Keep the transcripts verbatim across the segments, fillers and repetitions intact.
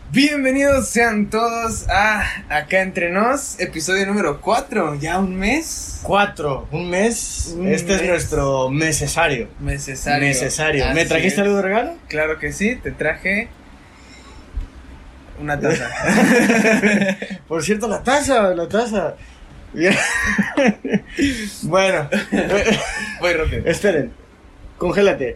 Bienvenidos sean todos a Acá Entre Nos, episodio número cuatro, ya un mes. Cuatro, un mes. Un este mes. es nuestro necesario. Necesario. Necesario. ¿Me Así trajiste es. algo de regalo? Claro que sí, te traje una taza. Por cierto, la taza, la taza. Bien. Bueno, Voy rápido. esperen, congélate.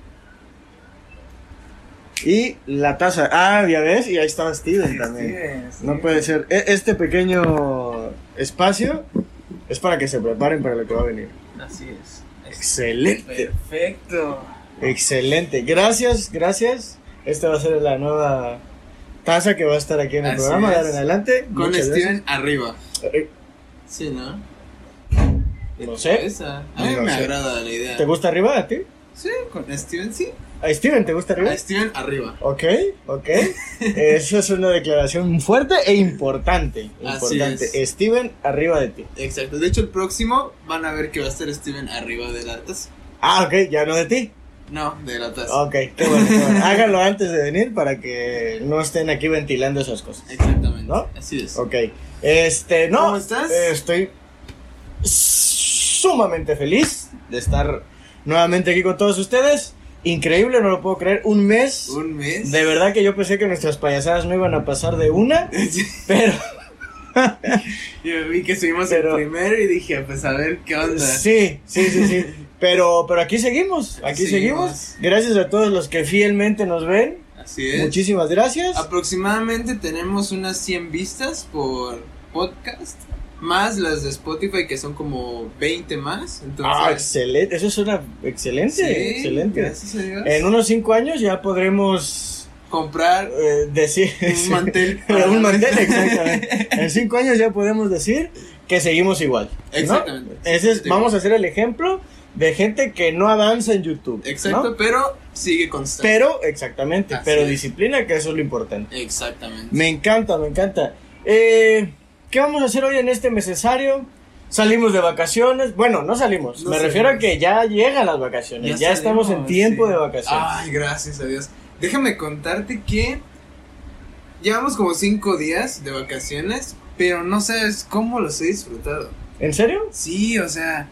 Y la taza. Ah, ya ves, y ahí estaba Steven también. Steven, No Steven. puede ser. E- Este pequeño espacio es para que se preparen para lo que va a venir. Así es. Excelente. Perfecto. Excelente. Gracias, gracias. Esta va a ser la nueva taza que va a estar aquí en el Así programa de es. ahora en adelante. Con Muchas Steven arriba. gracias. Eh, Sí, ¿no? No sé. Esa. A mí No me sé. agrada la idea. ¿Te gusta arriba a ti? Sí, con Steven sí. ¿A Steven te gusta arriba? A Steven arriba. Ok, ok. Eso es una declaración fuerte e importante. Así Importante. es. Steven arriba de ti. Exacto. De hecho, el próximo van a ver que va a estar Steven arriba de la taza. Ah, ok, ya no de ti. No, de la taza. Ok, qué bueno, qué bueno. Háganlo antes de venir para que no estén aquí ventilando esas cosas. Exactamente. ¿No? Así es. Ok. Este, no. ¿Cómo estás? eh, Estoy sumamente feliz de estar nuevamente aquí con todos ustedes. Increíble, no lo puedo creer. Un mes. Un mes. De verdad que yo pensé que nuestras payasadas no iban a pasar de una, pero Yo vi que subimos Pero- el primero y dije, pues a ver qué onda. sí, sí, sí, sí. Pero, pero aquí seguimos, aquí Seguimos. seguimos. Gracias a todos los que fielmente nos ven. Así es. Muchísimas gracias. Aproximadamente tenemos unas cien vistas por podcast. Más las de Spotify que son como veinte más. Entonces, Ah, excelente. Eso suena excelente, sí, excelente. Gracias a Dios. En unos cinco años ya podremos Comprar eh, decir un mantel. para un la mantel, mesa. exactamente. En cinco años ya podemos decir que seguimos igual, ¿no? Exactamente. Ese es, vamos a hacer el ejemplo de gente que no avanza en YouTube, ¿no? Exacto, pero sigue constante. Pero, exactamente, Así pero es. disciplina, que eso es lo importante. Exactamente. Me encanta, me encanta. Eh, ¿Qué vamos a hacer hoy en este necesario? Salimos de vacaciones. Bueno, no salimos. No me refiero a salimos. que ya llegan las vacaciones. Ya, estamos en salimos, tiempo sí. de vacaciones. Ay, gracias a Dios. Déjame contarte que llevamos como cinco días de vacaciones, pero no sabes cómo los he disfrutado. ¿En serio? Sí, o sea,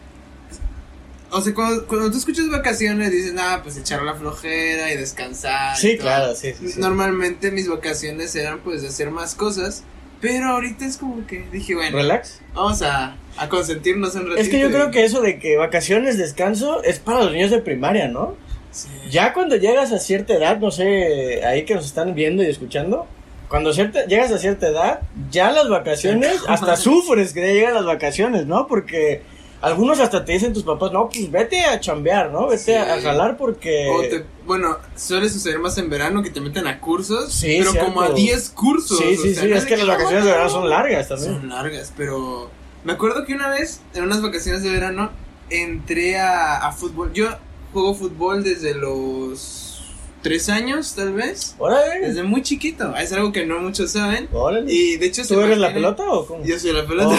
o sea, cuando, cuando tú escuchas vacaciones dices, ah, pues echar la flojera y descansar. y Sí, todo. claro, sí, sí, sí. Normalmente mis vacaciones eran pues de hacer más cosas, pero ahorita es como que dije, bueno, Relax. vamos a, a consentirnos un ratito. Es que yo y- creo que eso de que vacaciones, descanso, es para los niños de primaria, ¿no? Sí. Ya cuando llegas a cierta edad, no sé, ahí que nos están viendo y escuchando, cuando cierta, llegas a cierta edad, ya las vacaciones, hasta sufres que ya llegan las vacaciones, ¿no? Porque algunos hasta te dicen tus papás, no, pues vete a chambear, ¿no? Vete Sí. a, a jalar porque... O te, bueno, suele suceder más en verano que te meten a cursos, Sí, pero cierto. como a diez cursos. Sí, o sí, sea, sí, no es de que las vacaciones de no, verano no, son largas también. Son largas, pero me acuerdo que una vez, en unas vacaciones de verano, entré a, a fútbol. Yo juego fútbol desde los tres años, tal vez. Órale, Desde muy chiquito. Es algo que no muchos saben. órale. Y de hecho se ¿Tú eres la mantiene- pelota o cómo? Yo soy la pelota.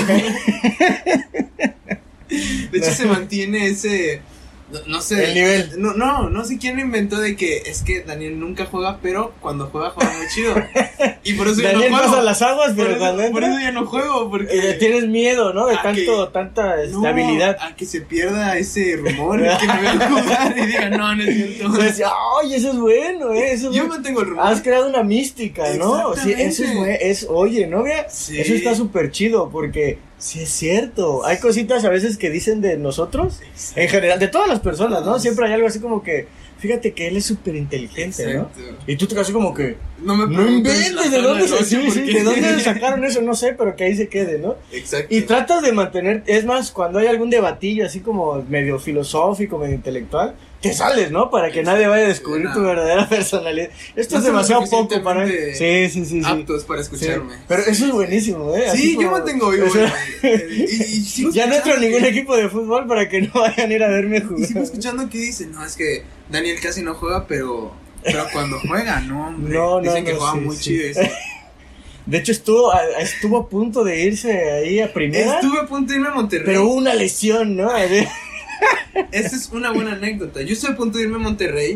Ok. De hecho se mantiene ese... No, no sé. El nivel. No, no, no sé quién lo inventó de que es que Daniel nunca juega, pero cuando juega juega muy chido. Y por eso Daniel ya no juego. pasa las aguas, por, pero eso, cuando por entra, eso ya no juego, porque eh, tienes miedo, ¿no? De a tanto, que- tanta no, estabilidad. a que se pierda ese rumor, que me vean jugar y digan, no, no es cierto. Entonces, ay, eso es bueno, ¿eh? Eso es Yo bueno. mantengo el rumor. Has creado una mística, ¿no? Sí, Exactamente. eso es bueno. Es, oye, novia, Sí. eso está súper chido porque sí es cierto. Hay cositas a veces que dicen de nosotros, en general, de todas las personas, ¿no? Todas. Siempre hay algo así como que, fíjate que él es súper inteligente, ¿no? Exacto. Y tú te quedas así como que, No me no preguntes inventes la de tabla dónde del se, ocho sí, sí, porque- de dónde sacaron eso, no sé, pero que ahí se quede, ¿no? Exacto. Y tratas de mantener, es más, cuando hay algún debatillo así como medio filosófico, medio intelectual, te sales, ¿no? Para que nadie vaya a descubrir No. tu verdadera personalidad. Esto No es somos demasiado poco para mí. suficientemente Sí, sí, sí, sí. aptos para Sí. escucharme. Pero eso es buenísimo, ¿eh? Así Sí, yo como- mantengo vivo. o sea, el- y, y sigo ya no entro a escuchando ningún que- equipo de fútbol para que no vayan a ir a verme Y sigo jugar. escuchando que dicen, no, es que Daniel casi no juega, pero, pero cuando juega, no, hombre. No, no, dicen que no, juega sí, muy sí. chido. Dicen. De hecho, estuvo a, estuvo a punto de irse ahí a primera, Estuve a punto de irme a Monterrey. pero hubo una lesión, ¿no? Esta es una buena anécdota. Yo estuve a punto de irme a Monterrey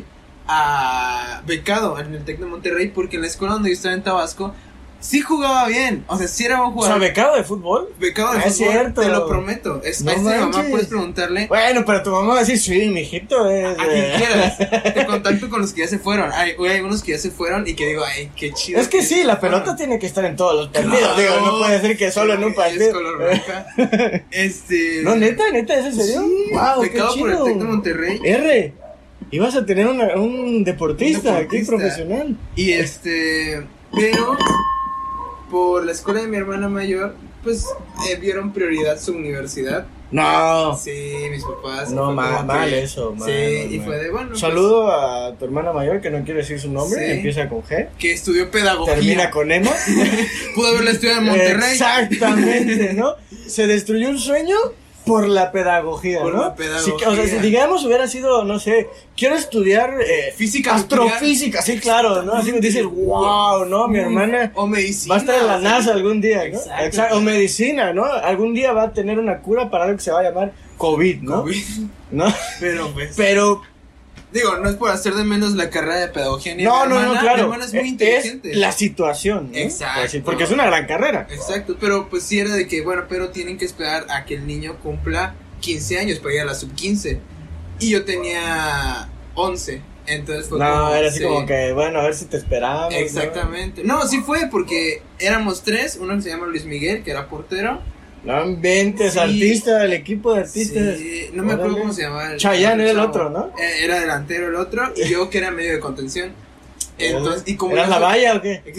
a becado en el Tec de Monterrey porque en la escuela donde yo estaba en Tabasco sí jugaba bien, o sea, sí era buen jugador. O sea, becado de fútbol. Becado de Ah, fútbol, es cierto. te lo prometo. Es, No a esta mi mamá manches. puedes preguntarle Bueno, pero tu mamá va a decir, sí, mijito es. a quien quieras. Te contacto con los que ya se fueron. Hay, hay algunos que ya se fueron y que digo, ay, qué chido. Es que sí, la fueron. pelota tiene que estar en todos los partidos. Claro. Digo, no puede ser que solo en un Es partido. color blanca. Este. No, neta, neta, ¿es en serio? Sí, Wow, qué becado por el chido. Tec de Monterrey. R, ibas a tener una, un deportista, Un aquí deportista. profesional. Y este, pero por la escuela de mi hermana mayor, pues eh, vieron prioridad su universidad. No. Sí, mis papás. y No, fue mal, como mal que- eso, mal, Sí, mal, y mal. fue de bueno. Saludo a tu hermana mayor, que no quiere decir su nombre, Sí. empieza con G, pues, que estudió pedagogía. termina con Emma. Pudo haberla estudiado en Monterrey. Exactamente, ¿no? Se destruyó un sueño por la pedagogía, Por ¿no? la pedagogía. Sí, o sea, si digamos hubiera sido, no sé, quiero estudiar eh, Física astrofísica, sí, claro, ¿no? Así que dices, wow, ¿no? Mi hermana O medicina. va a estar en la o sea, NASA algún día, ¿no? Exacto. Exacto. O medicina, ¿no? Algún día va a tener una cura para algo que se va a llamar COVID, ¿no? COVID. ¿No? Pero pues. Pero Digo, no es por hacer de menos la carrera de pedagogía ni no, mi no, hermana. no, claro. Mi hermana es muy inteligente. Es la situación, ¿no? Exacto. Pues sí, porque es una gran carrera. Exacto, pero pues sí era de que, bueno, pero tienen que esperar a que el niño cumpla quince años para ir a la sub quince. Y yo tenía once, entonces fue No, como... era así sí. como que, bueno, a ver si te esperamos. ¿no? Exactamente. No, sí fue porque éramos tres, uno que se llama Luis Miguel, que era portero. No inventes, Sí. artista, del equipo de artistas. Sí, no me acuerdo Órale. cómo se llamaba. el- Chayanne era el chavo. otro, ¿no? Eh, Era delantero el otro y yo que era medio de contención. Entonces, y como ¿Eras yo la soy- valla o qué?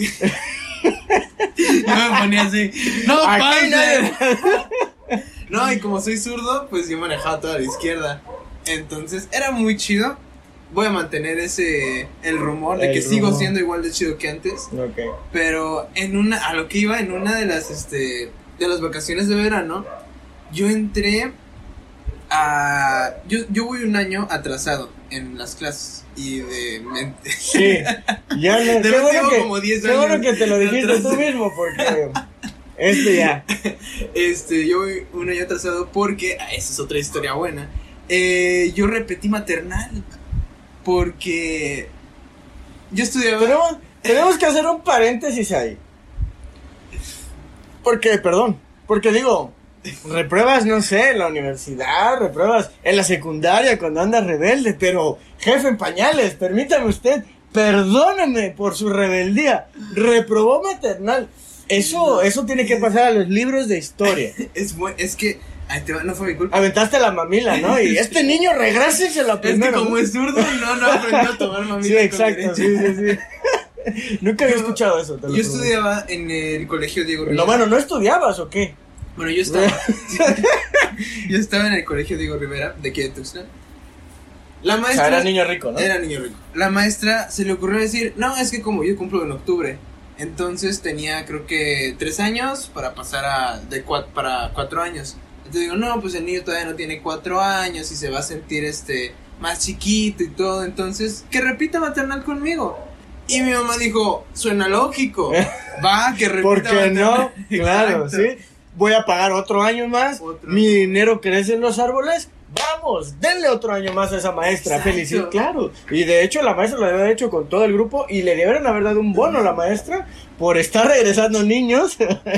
Yo me ponía así. No, Aquí pase. nadie- No, y como soy zurdo, pues yo manejaba toda la izquierda. Entonces, era muy chido. Voy a mantener ese el rumor de El que sigo rumor. siendo igual de chido que antes. Ok. Pero en una, a lo que iba, en una de las este de las vacaciones de verano, yo entré a yo, yo voy un año atrasado en las clases. Y de mente. Sí. Ya no, De qué verdad bueno llevo que, como diez qué bueno años que te lo de dijiste tú atraso. mismo, porque este ya. Este, yo voy un año atrasado porque, ah, esa es otra historia buena. Eh, yo repetí maternal porque yo estudiaba. Tenemos, tenemos que hacer un paréntesis ahí. Porque, perdón, porque digo, repruebas, no sé, en la universidad, repruebas en la secundaria cuando andas rebelde, pero jefe en pañales, permítame usted, perdóneme por su rebeldía, reprobó maternal. Eso, eso tiene que pasar a los libros de historia. Es, bu- es que, ay, te va- no fue mi culpa. Aventaste la mamila, ¿no? Y este niño regréseselo Es que primero. como ¿no? es zurdo, no, no aprendió a tomar mamita. Sí, con exacto, sí, derecha. sí, sí. Nunca había escuchado eso. te lo Yo prometo. estudiaba en el colegio Diego Rivera. No, bueno, ¿no estudiabas o qué? Bueno, yo estaba. yo estaba en el colegio Diego Rivera, de aquí de Tuxtla. La O maestra. sea, era niño rico, ¿no? Era niño rico. La maestra se le ocurrió decir, no, es que como yo cumplo en octubre, entonces tenía creo que tres años para pasar a de cua- para cuatro años. Entonces digo, no, pues el niño todavía no tiene cuatro años y se va a sentir este más chiquito y todo, entonces que repita maternal conmigo. Y mi mamá dijo, suena lógico, va, que repita ¿Por qué maternal. no? Claro, Exacto. sí. Voy a pagar otro año más. Otro. Mi dinero crece en los árboles. Vamos, denle otro año más a esa maestra. Exacto. Felicidad, claro. Y de hecho, la maestra lo debe haber hecho con todo el grupo. Y le debieron haber dado un bono a la maestra por estar regresando niños.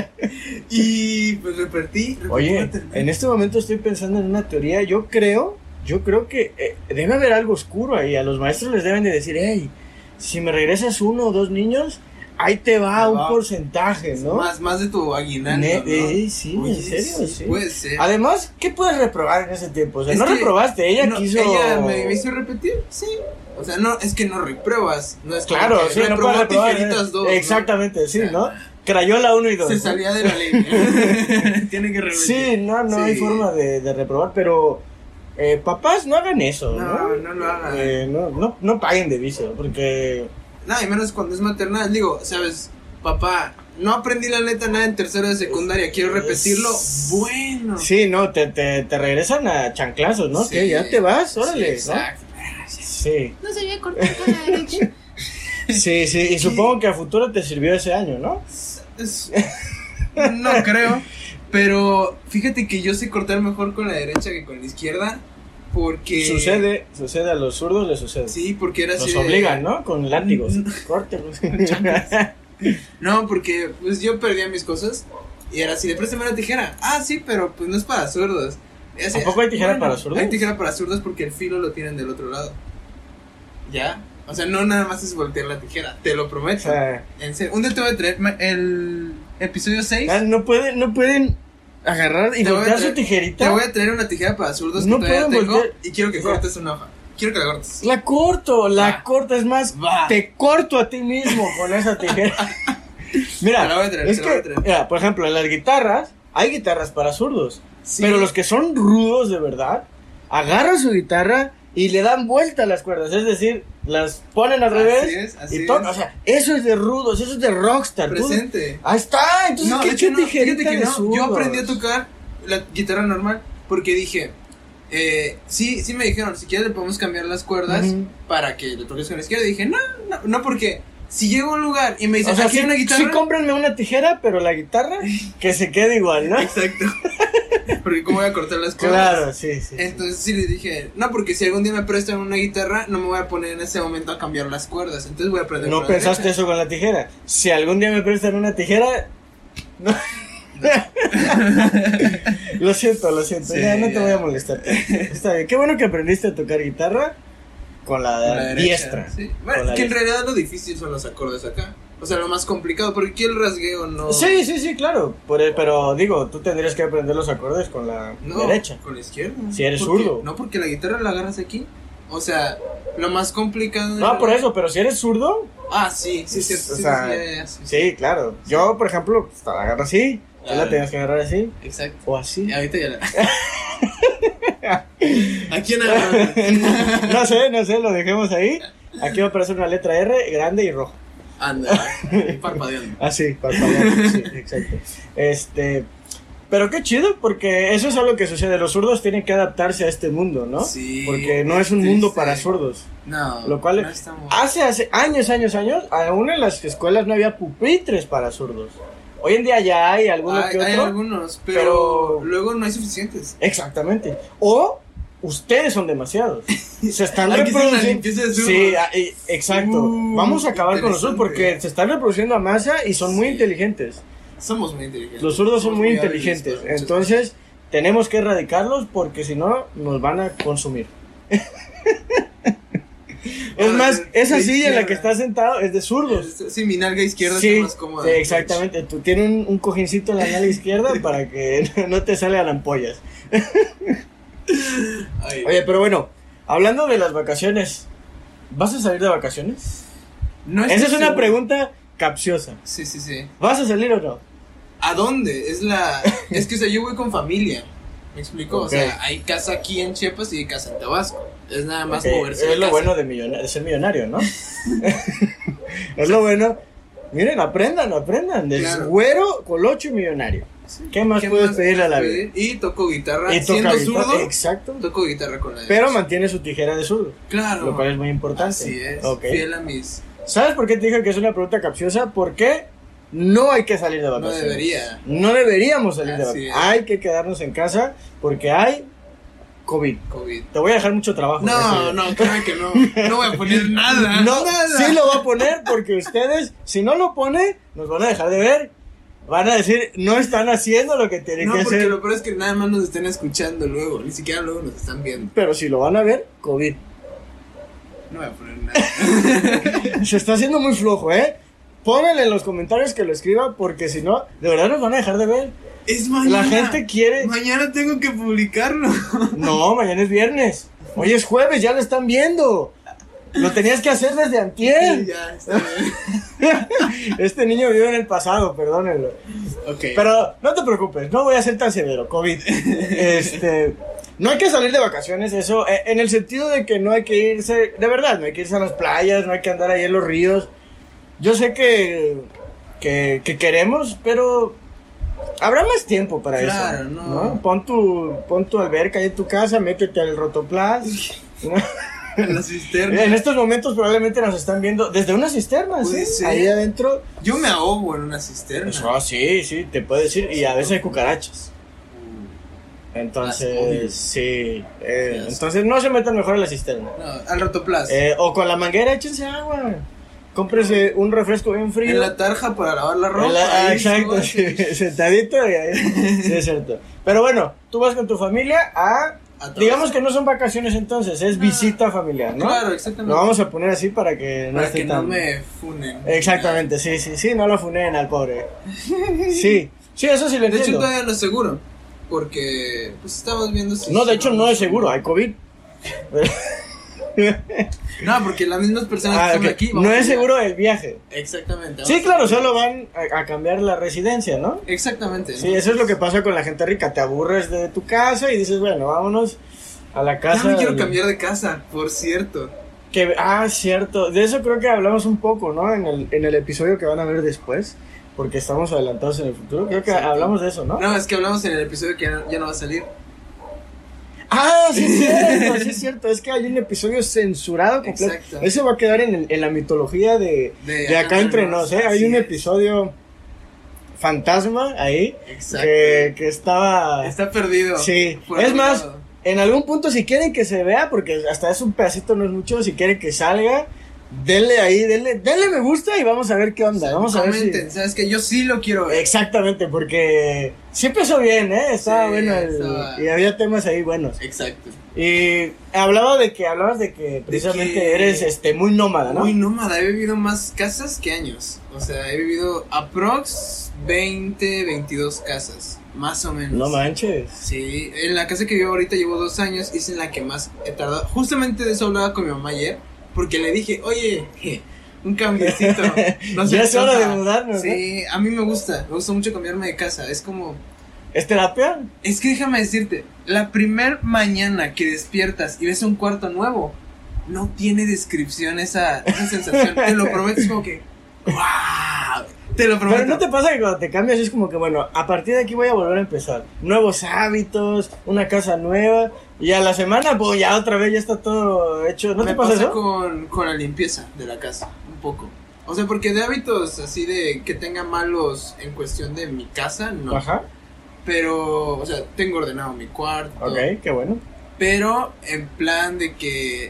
Y pues repetí, repetí Oye, maternal. en este momento estoy pensando en una teoría. Yo creo, yo creo que eh, debe haber algo oscuro ahí. A los maestros les deben de decir, hey, si me regresas uno o dos niños, ahí te va Ahí un va. porcentaje, ¿no? Más, más de tu aguinaldo, Ne- ¿no? eh, sí, Oye, en serio, sí. Puede ser. Además, ¿qué puedes reprobar en ese tiempo? O sea, Es no que reprobaste, ella No, quiso... Ella me, me hizo repetir, sí. O sea, no, es que no repruebas. No es como Claro, que sí, no reprobó puedes reprobar. tijeritas ¿eh? dos, ¿no? Exactamente, sí, O sea, ¿no? Crayola uno y dos. Se ¿no? salía de la ley. Tiene que repetir. Sí, no, no Sí. hay forma de, de reprobar, pero eh, papás no hagan eso, ¿no? No, no lo hagan. Eh, no, no, no paguen de vicio, porque... No, y menos cuando es maternal. Digo, sabes, papá, no aprendí la neta nada en tercero de secundaria. Quiero repetirlo. Bueno. Sí, no, te, te, te regresan a chanclazos, ¿no? Sí. Que ya te vas, Sí, órale, ¿no? exacto. Sí, No se había cortado con la derecha. sí, sí, y supongo que a futuro te sirvió ese año, ¿no? Es- no creo. Pero fíjate que yo sé cortar mejor con la derecha que con la izquierda. porque... Sucede, sucede a los zurdos, les sucede. Sí, porque era así Los de- obligan, ¿no? Con látigos. Córtelos. No, porque pues yo perdía mis cosas y era así de préstame una tijera. Ah, sí, pero pues no es para zurdos. Y así, ¿A poco hay tijera bueno, para zurdos? Hay tijera para zurdos porque el filo lo tienen del otro lado. ¿Ya? O sea, no nada más es voltear la tijera, te lo O prometo. sea, En serio, un día te voy a traer ma- el episodio seis. ah, no pueden, no pueden agarrar y Te voy a voltear su traer- tijerita. Te voy a traer una tijera para zurdos No que todavía pueden tengo voltear- y quiero que o sea, cortes una hoja. Quiero que la cortes. La corto, la Va. corto, es más, Va. te corto a ti mismo con esa tijera. Mira, Te la voy a traer, es te la voy a que, traer. mira, por ejemplo, en las guitarras, hay guitarras para zurdos. Sí. Pero los que son rudos de verdad, agarran su guitarra y le dan vuelta a las cuerdas. Es decir, las ponen al Así revés es, así y tocan. es. O sea, eso es de rudos, eso es de rockstar. Tú- Presente. Ahí está, entonces, No, ¿qué, de hecho qué no, tijerita fíjate que de no. Yo zurdos? aprendí a tocar la guitarra normal porque dije, eh, sí, sí me dijeron, si quieres le podemos cambiar las cuerdas Ujú. para que le toques con la izquierda. Y dije, no, no, no, porque si llego a un lugar y me dicen, O sea, aquí sí, hay una guitarra. sí, cómprenme una tijera, pero la guitarra que se quede igual, ¿no? Exacto. Porque cómo voy a cortar las cuerdas. Claro, sí, sí. sí. Entonces sí le dije, no, porque si algún día me prestan una guitarra, no me voy a poner en ese momento a cambiar las cuerdas. Entonces voy a aprender No con la pensaste derecha. eso con la tijera. Si algún día me prestan una tijera. No. Lo siento, lo siento. Sí, ya no te ya. voy a molestar. Está bien. Qué bueno que aprendiste a tocar guitarra con la, Con la derecha, diestra. sí. Con Bueno, la es que en diestra. realidad lo difícil son los acordes acá. O sea, lo más complicado, porque aquí el rasgueo no. Sí, sí, sí, claro. Por el- pero digo, tú tendrías que aprender los acordes con la No, derecha. con la izquierda. Si eres Porque- zurdo. No, porque la guitarra la agarras aquí. O sea, lo más complicado. No, por eso, pero si eres zurdo, Ah, sí, sí, sí. o sí, sea, sí, ya, ya, sí, sí, claro. Yo, por ejemplo, pues, la agarro así. Tú la Claro. tenías que agarrar así. Exacto. O así. Y ahorita ya la. ¿A quién agarras? No sé, no sé, lo dejemos ahí. Aquí va a aparecer una letra R grande y roja. Anda, ahí parpadeando. Así, parpadeando, sí, exacto. Este, pero qué chido, porque eso es algo que sucede. Los zurdos tienen que adaptarse a este mundo, ¿no? Sí. Porque no es un Sí, mundo sí. para zurdos. No. Lo cual no estamos. hace, hace años, años, años, aún en las escuelas no había pupitres para zurdos. Hoy en día ya hay alguno Hay, que hay otro. algunos, pero, pero- luego no hay suficientes. Exactamente. O ustedes son demasiados. Se están Hay que hacer una reproduciendo. limpieza de zurdos. Sí, ah, eh, exacto. Uh, Vamos a acabar con los zurdos interesante. porque se están reproduciendo a masa y son muy Sí. inteligentes. Somos muy inteligentes. Los zurdos son Somos muy hábiles inteligentes. para muchas Entonces, tenemos que erradicarlos porque si no, nos van a consumir. Es Ahora, más, de- esa de silla en la que izquierda. estás sentado es de zurdos. cosas. Sí, mi nalga izquierda Sí, está más cómoda. sí, exactamente. Tú tienes un, un cojincito en la nalga izquierda para que no te salgan ampollas. Ay, Oye, pero bueno, hablando de las vacaciones, ¿vas a salir de vacaciones? no estoy Esa es una seguro. pregunta capciosa. Sí, sí, sí. ¿Vas a salir o no? ¿A dónde? Es la. Es que, o sea, yo voy con familia. ¿Me explico? Ok. O sea, hay casa aquí en Chiapas y hay casa en Tabasco. Es nada más Ok, moverse. de es lo casa. bueno de, millona- de ser millonario, ¿no? Es lo bueno. Miren, aprendan, aprendan. Del Claro. güero, colocho y millonario. ¿Qué más ¿Qué puedes más pedirle a la puedes vida? pedir? Y toco guitarra. Y toca Siendo guitarra, zurdo, exacto. toco guitarra con la Pero derecha. mantiene su tijera de zurdo, Claro. lo cual es muy importante. Así es. Ok. Fiel a mis. ¿Sabes por qué te dije que es una pregunta capciosa? Porque no hay que salir de No vacaciones. debería. No deberíamos salir de Así vacaciones. es. Hay que quedarnos en casa porque hay COVID. COVID. Te voy a dejar mucho trabajo. en No, este- no, créeme que no. No voy a poner nada. No, nada. sí lo va a poner porque ustedes, si no lo pone, nos van a dejar de ver. Van a decir, no están haciendo lo que tienen No, que porque hacer. lo peor es que nada más nos están escuchando luego. Ni siquiera luego nos están viendo. Pero si lo van a ver, COVID. No voy a poner nada. Se está haciendo muy flojo, ¿eh? Pónganle en los comentarios que lo escriba porque si no, de verdad nos van a dejar de ver. Es mañana. La gente quiere... Mañana tengo que publicarlo. No, mañana es viernes. Hoy es jueves, ya lo están viendo. Lo tenías que hacer desde Sí, antier. ya, está bien. Este niño vive en el pasado, perdónenlo. Ok. Pero no te preocupes, no voy a ser tan severo, COVID. Este, no hay que salir de vacaciones, eso, eh, en el sentido de que no hay que irse, de verdad, no hay que irse a las playas, no hay que andar ahí en los ríos. Yo sé que, que, que queremos, pero habrá más tiempo para Claro, eso. no. Pon tu, pon tu alberca ahí en tu casa, métete al rotoplas. ¿no? En la cisterna. En estos momentos probablemente nos están viendo desde una cisterna, Puede ¿sí? ser. Ahí adentro. Yo me ahogo en una cisterna. Eso, sí, sí, te puedes decir. Y a veces hay cucarachas. Entonces, obvio. sí. Eh, Yes. entonces, no se metan mejor a la cisterna. No, al rato plazo. Eh, o con la manguera, échense agua. Cómprese un refresco bien frío. En la tarja para lavar la ropa. En la- ah, ahí, exacto, sí, sí, sentadito y ahí. Sí, es cierto. Pero bueno, tú vas con tu familia a. A Digamos que no son vacaciones entonces, es No. visita familiar, ¿no? Claro, exactamente. Lo vamos a poner así para que no para esté que tan. no me funen. Exactamente, sí, sí, sí, no lo funen al pobre. Sí, sí, eso sí lo De hecho, entiendo. todavía no es seguro. Porque, pues estamos viendo si. No, de hecho no es seguro, hay COVID. No, porque las mismas personas Ah, que están ok. aquí. No vamos a es llegar. seguro el viaje. Exactamente. Sí, vamos a- claro, solo van a, a cambiar la residencia, ¿no? Exactamente. Sí, eso es lo que pasa con la gente rica. Te aburres de tu casa y dices, bueno, vámonos a la Ya casa. me quiero del- cambiar de casa, por cierto. Que, ah, cierto. De eso creo que hablamos un poco, ¿no? En el, en el episodio que van a ver después. Porque estamos adelantados en el futuro. Creo que Exacto. hablamos de eso, ¿no? No, es que hablamos en el episodio que ya no, ya no va a salir. Ah, sí es cierto, sí es cierto. Es que hay un episodio censurado completo. Exacto. Ese va a quedar en, el- en la mitología de, De de acá entre nos, ¿eh? Hay así un es. episodio fantasma ahí Exacto. que, que estaba... Está perdido. Sí, por es algún más, lado. en algún punto si quieren que se vea, porque hasta es un pedacito, no es mucho, si quieren que salga, denle ahí, denle, denle me gusta y vamos a ver qué onda, vamos a ver si... Comenten, sabes que yo sí lo quiero ver. Exactamente, porque sí empezó bien, ¿eh? Estaba Sí, bueno el- estaba- y había temas ahí buenos. Exacto. Y hablaba de que, hablabas de que precisamente que- eres este muy nómada, ¿no? Muy nómada, he vivido más casas que años. O sea, he vivido aprox veinte, veintidós casas, más o menos. No manches. Sí, en la casa que vivo ahorita llevo dos años y es en la que más he tardado. Justamente de eso hablaba con mi mamá ayer, porque le dije, oye, je, un cambiecito. No se Ya es hora antoja. de mudarnos, ¿no? Sí, a mí me gusta, me gusta mucho cambiarme de casa. Es como, ¿Es terapia? es que déjame decirte, la primer mañana que despiertas y ves un cuarto nuevo, no tiene descripción esa, esa sensación. Te lo prometo, es como que, wow, te lo prometo. Pero ¿no te pasa que cuando te cambias es como que, bueno, a partir de aquí voy a volver a empezar? Nuevos hábitos, una casa nueva, y a la semana, pues ya otra vez ya está todo hecho. ¿No Me te pasa, eso? Con, con la limpieza de la casa, un poco. O sea, porque de hábitos así de que tenga malos en cuestión de mi casa, no. Ajá, Pero, o sea, tengo ordenado mi cuarto. ok, qué bueno. Pero en plan de que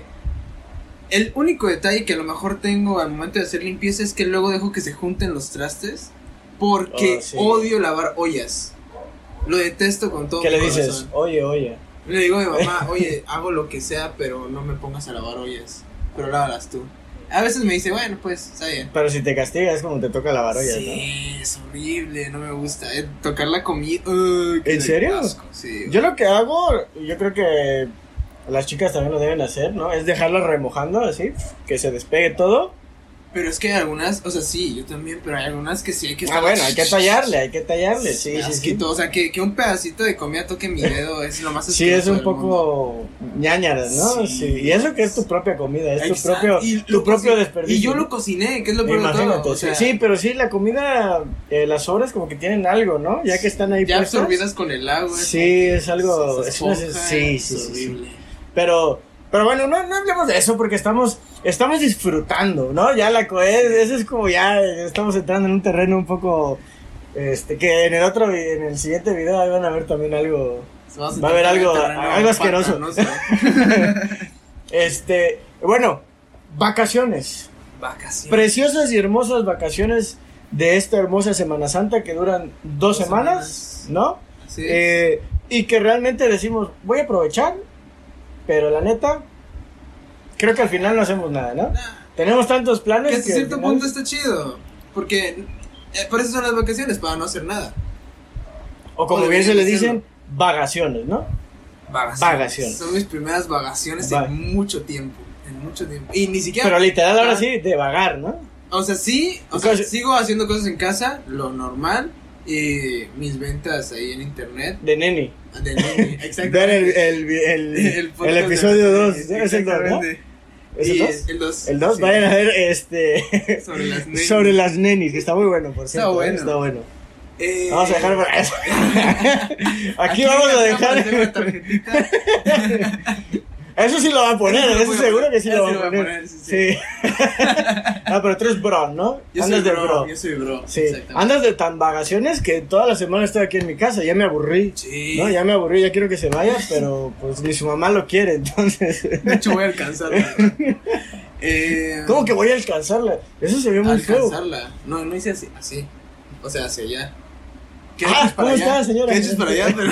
el único detalle que a lo mejor tengo al momento de hacer limpieza es que luego dejo que se junten los trastes porque Oh, sí. odio lavar ollas. Lo detesto con todo ¿Qué mi le dices? corazón. Oye, oye. Le digo a mi mamá, oye, hago lo que sea, pero no me pongas a lavar ollas. Pero lávalas tú. A veces me dice, bueno, pues, está bien. Pero si te castiga es como te toca lavar ollas, Sí, es horrible, no me gusta. Eh, tocar la comida. uy, qué ¿En serio? asco, sí. ¿no? Yo lo que hago, yo creo que las chicas también lo deben hacer, ¿no? Es dejarla remojando así, que se despegue todo. Pero es que hay algunas, o sea, sí, yo también, pero hay algunas que sí hay que Ah, bueno, hay que tallarle, hay que tallarle, sí, Me sí, sí. asquito, o sea, que, que un pedacito de comida toque mi dedo es lo más Sí, es asqueroso un del mundo. poco ñañaras, ¿no? Sí. Sí. Y eso que es tu propia comida, es tu Exacto, propio, y tu lo propio cocin- desperdicio. Y yo lo cociné, que es lo peor de Imagínate, todo. O sea, sí, pero sí, la comida, eh, las sobras como que tienen algo, ¿no? Ya que están ahí ya puestas. absorbidas con el agua. Sí, como que es algo- se es una- esponja, sí, es sí, sí, sí. horrible. Pero, pero bueno, no, no hablemos de eso porque estamos, estamos disfrutando, ¿no? Ya la co es, eso es como ya estamos entrando en un terreno un poco, este, que en el otro, vi- en el siguiente video ahí van a ver también algo, Vamos Va a haber tocar algo- el terreno algo asqueroso. pantanoso. este, bueno, vacaciones, Vacaciones. preciosas y hermosas vacaciones de esta hermosa Semana Santa que duran dos, Dos semanas, semanas. ¿no? Así es. Eh, y que realmente decimos, voy a aprovechar, pero la neta, creo que al final no hacemos nada, ¿no? Nah, Tenemos tantos planes que hasta que al cierto final- punto está chido. Porque eh, por eso son las vacaciones, para no hacer nada. o como o bien se le deberían dicen, vagaciones, ¿no? Vagaciones. Vagaciones. Son mis primeras vagaciones Va- en mucho tiempo. En mucho tiempo. Y ni siquiera. Pero literal ahora Ah, sí, de vagar, ¿no? O sea, sí. O O sea, sea, sigo haciendo cosas en casa, lo normal. Y mis ventas ahí en internet. De neni. De nene, Vean exactamente. el, el, el, el, podcast de episodio las dos, nenis, ¿es el dos, ¿no? exactamente. ¿Es el Y dos? El dos. El dos, sí. vayan a ver este Sobre las nenis. sobre las nenis, que está muy bueno, por cierto. ¿eh? bueno. Está bueno. Eh, Vamos a dejar por eso. Aquí, aquí vamos a le dejar. acabo de hacer una tarjetita. Eso sí lo va a poner, Eso sí lo eso voy a seguro poner, que sí eso lo va sí a lo voy a poner. poner, sí, sí. Sí. Ah, pero tú eres bro, ¿no? Yo Andas soy de bro, bro. yo soy bro. Sí. Exactamente. Andas de tan vacaciones que toda la semana estoy aquí en mi casa, ya me aburrí. Sí. No, ya me aburrí, ya quiero que se vaya, pero pues ni su mamá lo quiere, entonces. De hecho, voy a alcanzarla. eh, ¿Cómo que voy a alcanzarla? Eso se ve muy feo. alcanzarla? No, no hice así, así. O sea, hacia allá. ¿Qué Ah, eches para ¿cómo allá? está, señora? ¿Qué eches para allá? Pero...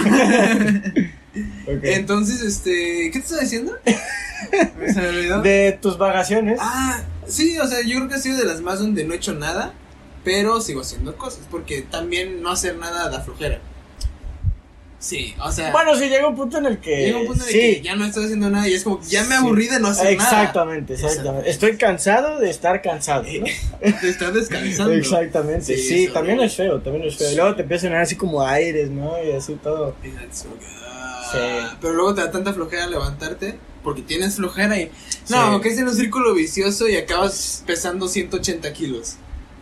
Okay. Entonces, este, ¿qué te estaba diciendo? Se me olvidó. De tus vacaciones. Ah, sí, o sea, yo creo que ha sido de las más donde no he hecho nada, pero sigo haciendo cosas, porque también no hacer nada da flojera. Sí, o sea, Bueno, sí, llega un punto en el que. llega un punto en el sí. que ya no estoy haciendo nada y es como que ya me Sí. aburrí de no hacer Exactamente, nada. exactamente. Estoy cansado de estar cansado, ¿no? De estar descansando. Exactamente, Sí, sí, es también horrible. es feo, también es feo. Y luego te empiezan a dar así como aires, ¿no? Y así todo. Y that's so good. Sí. Pero luego te da tanta flojera levantarte porque tienes flojera y no, Sí. que es en un círculo vicioso y acabas pesando ciento ochenta kilos.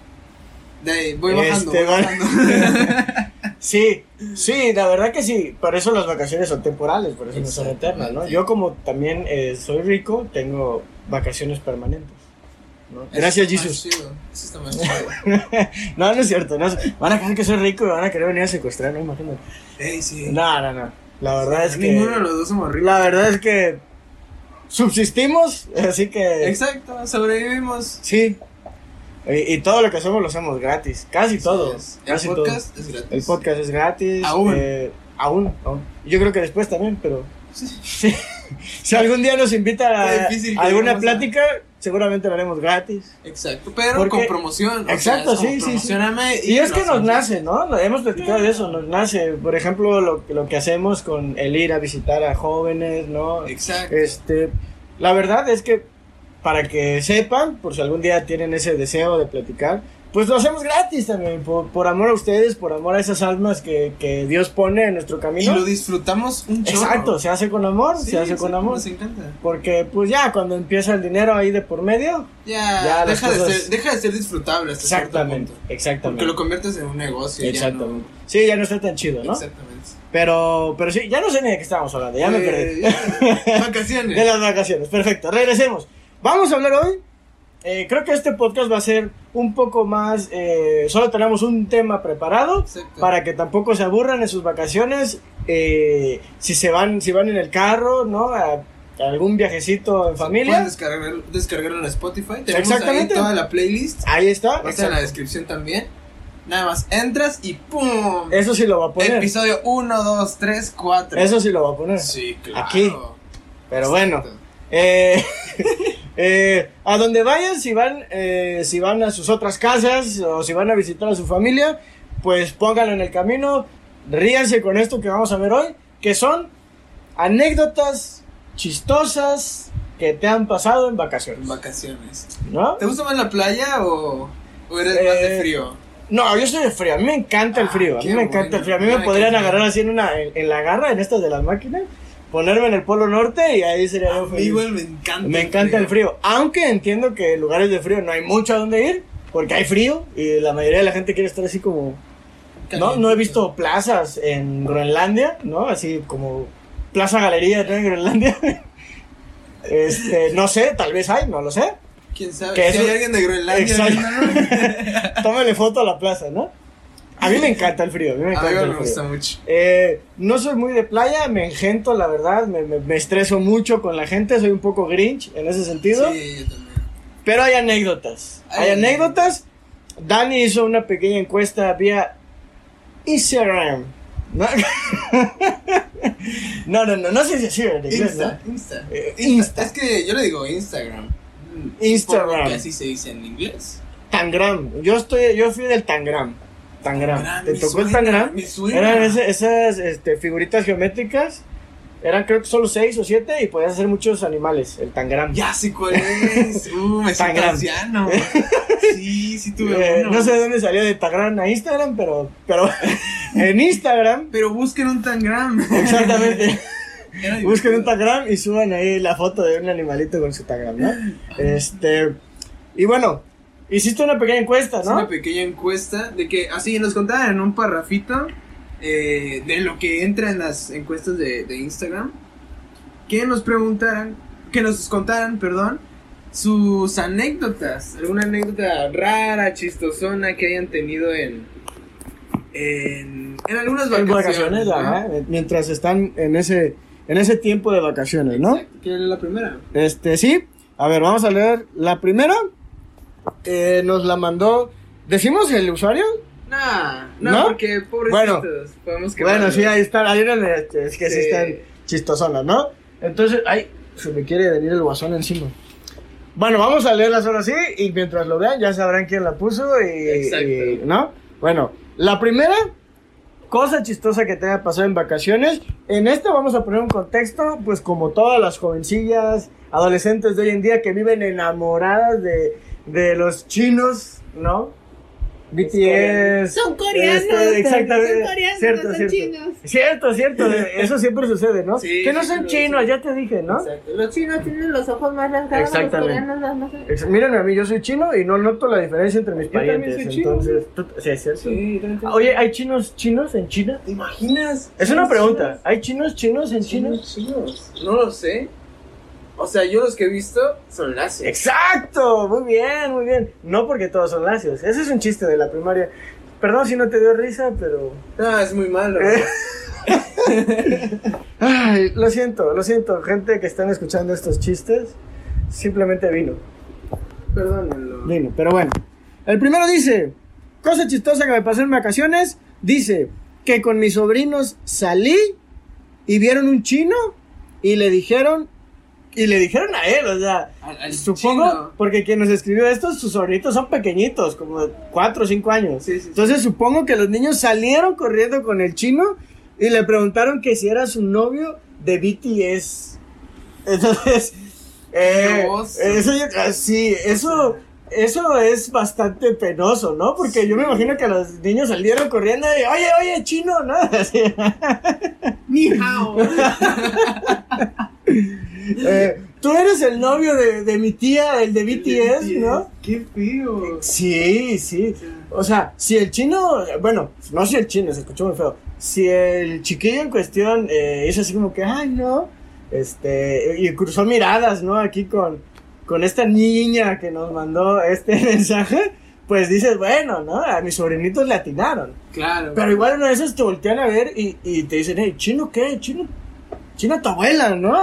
De ahí, voy bajando, Este, voy va- bajando. Sí, sí, la verdad que sí. Por eso las vacaciones son temporales, por eso no son eternas, ¿no? Yo como también eh, soy rico, tengo vacaciones permanentes, ¿no? Gracias, Eso está Jesus. más chido, Eso está más chido. No, no es cierto, no es- van a creer que soy rico y me van a querer venir a secuestrar, no imagínate. Ey, sí. No, no, no. La verdad es que Ninguno de los dos somos ricos. la verdad es que subsistimos, así que Exacto, sobrevivimos. sí. Y, y todo lo que hacemos lo hacemos gratis, casi todo, Así es. casi El todo. podcast es gratis. El podcast es gratis. Aún. eh, aún, aún. Yo creo que después también, pero sí. Si algún día nos invita a, Es difícil que a alguna lleguemos a- plática, seguramente lo haremos gratis. Exacto, pero Porque- con promoción. o Exacto, sea, sí, es como sí, sí. promocióname Y es lo que nos hacemos. nace, ¿no? Lo- Hemos platicado de eso, nos nace. Por ejemplo, lo, que- lo que hacemos con el ir a visitar a jóvenes, ¿no? Exacto. Este, la verdad es que para que sepan, por si algún día tienen ese deseo de platicar, pues lo hacemos gratis también, por, por amor a ustedes, por amor a esas almas que, que Dios pone en nuestro Y camino. lo disfrutamos un chorro. Exacto, se hace con amor, Sí, se hace con sí, amor. Nos encanta. Porque pues ya cuando empieza el dinero ahí de por medio, Ya, Ya, las deja, de cosas- ser, deja de ser disfrutable hasta cierto exactamente, punto. exactamente. Porque lo conviertes en un negocio. Exactamente. Sí, ya no está tan chido, Ya no, ¿no? Exactamente. Pero, pero sí, ya no sé ni de qué estábamos hablando, ya me Eh, perdí. ya. Vacaciones. De las vacaciones, perfecto, regresemos. Vamos a hablar hoy. Eh, creo que este podcast va a ser un poco más. Eh, solo tenemos un tema preparado Exacto. para que tampoco se aburran en sus vacaciones. Eh, si se van, si van en el carro, ¿no? A, a algún viajecito en Pueden familia. descargar, descargarlo en Spotify. Tenemos Exactamente. ahí toda la playlist. Ahí está. Va a estar en la exacto. descripción también. Nada más entras y ¡pum! Eso sí lo va a poner. Episodio uno, dos, tres, cuatro. Eso sí lo va a poner. Sí, claro. Aquí. Pero bueno. Exacto. Eh, eh, a donde vayan, si van, eh, si van a sus otras casas o si van a visitar a su familia, pues pónganlo en el camino, ríanse con esto que vamos a ver hoy, que son anécdotas chistosas que te han pasado en vacaciones, Vacaciones. ¿no? ¿Te gusta más la playa o, o eres más de Eh, frío? No, yo soy de frío, a mí me encanta el Ah, frío, a mí qué me encanta bueno. el frío, a mí me Ay, podrían qué agarrar frío. así en una, en, en la garra, en estas de las máquinas, ponerme en el polo norte y ahí sería yo A mí feliz. igual me encanta. Me encanta el frío, aunque entiendo que en lugares de frío no hay mucho a donde ir, porque hay frío y la mayoría de la gente quiere estar así como... No, no he visto plazas en Groenlandia, ¿no? Así como Plaza Galería, ¿no? En Groenlandia. Este, no sé, tal vez hay, no lo sé. ¿Quién sabe? Que si eso- hay alguien de Groenlandia Exacto. viéndonos. Tómale foto a la plaza, ¿no? A mí me encanta el frío, a mí me A mí encanta igual el me frío. gusta mucho. Eh, no soy muy de playa, me engento, la verdad, me, me, me estreso mucho con la gente, soy un poco grinch en ese sentido. Sí, yo también. Pero hay anécdotas. Hay Hay anécdotas. Dani hizo una pequeña encuesta vía Instagram. ¿No? no, no, no, no sé si así en inglés, Insta, ¿no? Insta. Eh, Insta. Insta. Es que yo le digo Instagram. Mm, Instagram. supongo que así se dice en inglés. Tangram. Yo estoy, yo fui del Tangram. Tangram. Tangram, ¿Te me tocó el suena, Tangram? me suena. Eran ese- esas este, figuritas geométricas. Eran creo que solo seis o siete y podías hacer muchos animales. El Tangram. Ya sé cuál es. Uh, me siento Tangram. anciano. Sí, sí tuve Eh, uno. no sé de dónde salió de Tangram a Instagram, pero, pero en Instagram. Pero busquen un Tangram. Exactamente. Era Busquen un divertido. Tagram y suban ahí la foto de un animalito con su Tagram, ¿no? Este. Y bueno, hiciste una pequeña encuesta, Es una ¿no? pequeña encuesta de que así nos contaban en un parrafito eh, de lo que entra en las encuestas de, de Instagram. que nos preguntaran, que nos contaran, perdón, sus anécdotas, alguna anécdota rara, chistosona que hayan tenido en en, en algunas En vacaciones, vacaciones, ¿no? ajá, mientras están en ese en ese tiempo de vacaciones, ¿no? Exacto, ¿quién es la primera? Este, sí. A ver, vamos a leer la primera. Eh, nos la mandó. ¿Decimos el usuario? Nah, no, ¿No? porque pobrecitos, podemos quemarlos. Bueno, sí, ahí están. Ahí en el, es que sí, Sí. están chistosonas, ¿no? Entonces, ay, se me quiere venir el guasón encima. Bueno, vamos a leerla solo así. Y mientras lo vean, ya sabrán quién la puso. Y, Exacto. y- ¿no? Bueno, la primera cosa chistosa que te haya pasado en vacaciones. En esta vamos a poner un contexto, pues como todas las jovencillas, adolescentes de hoy en día que viven enamoradas de, de los chinos, ¿no? B T S. Son coreanos. este, exactamente. Son coreanos, Cierto, no son cierto. chinos. Cierto, cierto. Eso siempre sucede, ¿no? Sí, que no sí, son sí, chinos, sí. ya te dije, ¿no? Exacto. Los chinos tienen los ojos más rasgados, los Exactamente. coreanos las más. Ex- Mírenme a mí, yo soy chino y no noto la diferencia entre mis Yo también parientes. soy chino, Entonces, ¿tú- sí, es cierto. Sí, también. Oye, ¿hay chinos chinos en China? ¿te imaginas? Es una ¿Chinos, pregunta. chinos? ¿Hay chinos chinos en China? ¿Chinos, chinos? No lo sé. O sea, yo los que he visto son lacios. Exacto, muy bien, muy bien. No porque todos son lacios. Ese es un chiste de la primaria. Perdón si no te dio risa, pero... No, es muy malo. Eh. Ay, lo siento, lo siento, gente que están escuchando estos chistes. Simplemente vino, Perdónenlo. vino, pero bueno. El primero dice, cosa chistosa que me pasó en vacaciones. Dice que con mis sobrinos salí y vieron un chino y le dijeron... Y le dijeron a él, o sea... Al, al Supongo, chino. porque quien nos escribió esto, sus sobrinitos son pequeñitos, como de cuatro o cinco años. Sí, sí, sí. Entonces supongo que los niños salieron corriendo con el chino y le preguntaron que si era su novio de B T S. Entonces, eh, Qué oso. eso yo, ah, sí, eso, eso es bastante penoso, ¿no? Porque yo me imagino que los niños salieron corriendo y, oye, oye, chino, ¿no? Así. Ni hao. Eh, tú eres el novio de, de mi tía, el de B T S, ¿no? Qué feo. Sí, sí. O sea, si el chino, bueno, no si el chino, se escuchó muy feo. Si el chiquillo en cuestión eh, es así como que, ay, no, este, y cruzó miradas, ¿no? Aquí con, con esta niña que nos mandó este mensaje, pues dices, bueno, ¿no? A mis sobrinitos le atinaron. Claro. Pero igual una de esas te voltean a ver y, y te dicen, hey, ¿chino qué? ¿Chino? ¿Chino tu abuela, no?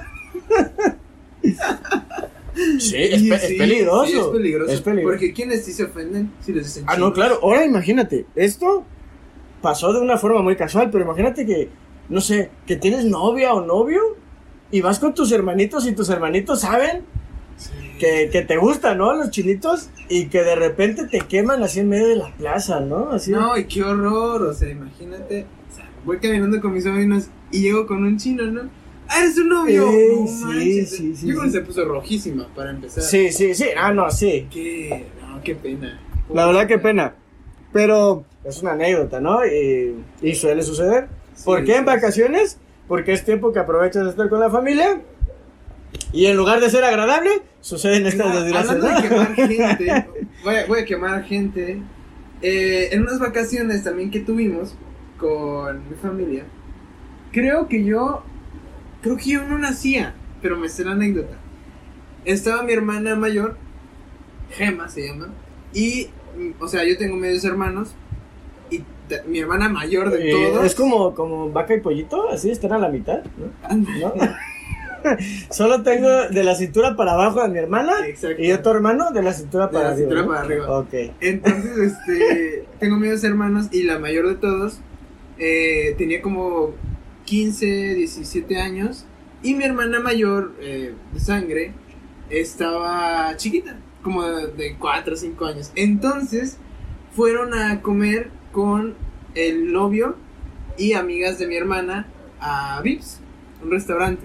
Sí, es, Sí, pe- es sí, peligroso. sí, es peligroso. Es peligroso. Porque ¿quiénes sí se ofenden si les dicen Ah, chinos? no, claro. Ahora imagínate, esto pasó de una forma muy casual, pero imagínate que, no sé, que tienes novia o novio y vas con tus hermanitos y tus hermanitos saben Sí. que, que te gustan, ¿no? Los chinitos y que de repente te queman así en medio de la plaza, ¿no? Así. No, y qué horror. O sea, imagínate. O sea, voy caminando con mis sobrinos y llego con un chino, ¿no? ¡Ah, eres un novio! Ey, No sí, manches. sí, sí, Yo creo que sí. se puso rojísima para empezar. Sí, sí, sí. Ah, no, sí. Qué, no, qué pena. La verdad, qué pena. Pero es una anécdota, ¿no? Y, y suele suceder. ¿Por Sí, qué sí, en sí. vacaciones? Porque es tiempo que aprovechas de estar con la familia. Y en lugar de ser agradable, suceden estas Mira, desgracias. hablando de ¿no? quemar gente, voy a, voy a quemar gente. Eh, en unas vacaciones también que tuvimos con mi familia, creo que yo, creo que yo no nacía, pero me sé la anécdota. Estaba mi hermana mayor, Gema se llama, y, mm, o sea, yo tengo medios hermanos, y t- mi hermana mayor de Eh, todos. es como, como vaca y pollito, así están a la mitad, ¿no? ¿No? Solo tengo de la cintura para abajo a mi hermana Exacto. y otro hermano de la cintura De para la arriba. cintura ¿no? para arriba. Ok. Entonces, este, tengo medios hermanos y la mayor de todos eh, tenía como quince, diecisiete años y mi hermana mayor eh, de sangre estaba chiquita, como de, de cuatro o cinco años. Entonces, fueron a comer con el novio y amigas de mi hermana a Vips, un restaurante.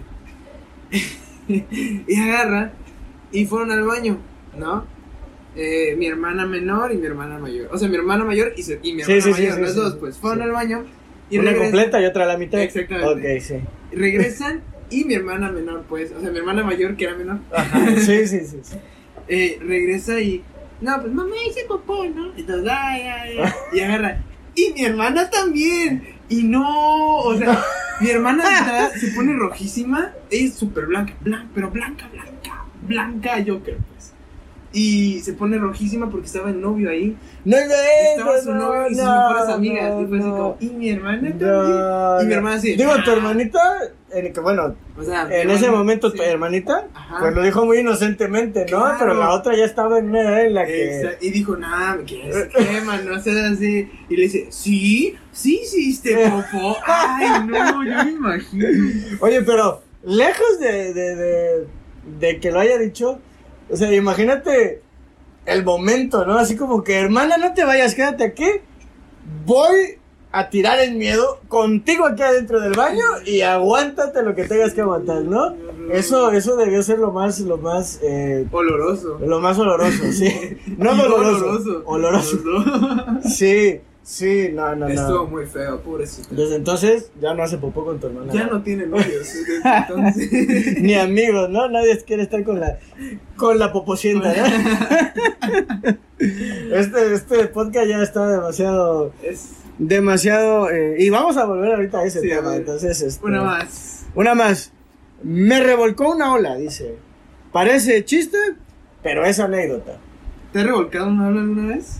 Y agarra y fueron al baño, ¿no? Eh, mi hermana menor y mi hermana mayor. O sea, mi hermana mayor y, se- y mi Sí, hermana sí, sí, mayor, sí, las sí, dos, sí. pues fueron Sí. al baño y Una regresan- completa y otra a la mitad. Exactamente. Ok, sí. regresan y mi hermana menor, pues, o sea, mi hermana mayor que era menor, Ajá. Sí, sí, sí. sí. eh, regresa y, no, pues mamá hice popó, ¿no? Entonces, ay, ay, ay, y agarra, y mi hermana también, y no, o sea, Mi hermana entra, se pone rojísima. Ella es súper blanca, blanca, pero blanca, blanca, blanca Joker, pues. Y se pone rojísima porque estaba el novio ahí. No, no, Estaba su no, novio y sus no, mejores amigas. no, Y fue así no. como, y mi hermana también. No, y mi no. hermana así. Digo, ah. tu hermanita, en, que bueno, O sea, mi en hermana, ese momento sí. tu hermanita, Ajá. pues lo dijo muy inocentemente, ¿no? Claro. Pero la otra ya estaba en una edad en la que... Exacto. Y dijo, nah, ¿qué es quema? No seas así. Y le dice, sí, sí hiciste popó. Ay, no, yo me imagino. Oye, pero lejos de, de, de, de que lo haya dicho, o sea, imagínate el momento, ¿no? Así como que, hermana, no te vayas, quédate aquí. Voy a tirar el miedo contigo aquí adentro del baño y aguántate lo que tengas que aguantar, ¿no? Eso, eso debió ser lo más, lo más, eh, Oloroso. lo más oloroso, sí. No Y doloroso, oloroso. oloroso. Oloroso. Sí, sí, no, no, Estuvo no. muy feo, pobrecito. Desde entonces ya no hace popó con tu hermana. Ya no tiene novios desde entonces. Ni amigos, ¿no? Nadie quiere estar con la con la popocienta, ¿no? Este, este podcast ya está demasiado, Es demasiado, eh, y vamos a volver ahorita a ese Sí, a tema, ver. entonces, este, una más. Una más. Me revolcó una ola, dice. Parece chiste, pero es anécdota. ¿Te has revolcado una ola alguna vez?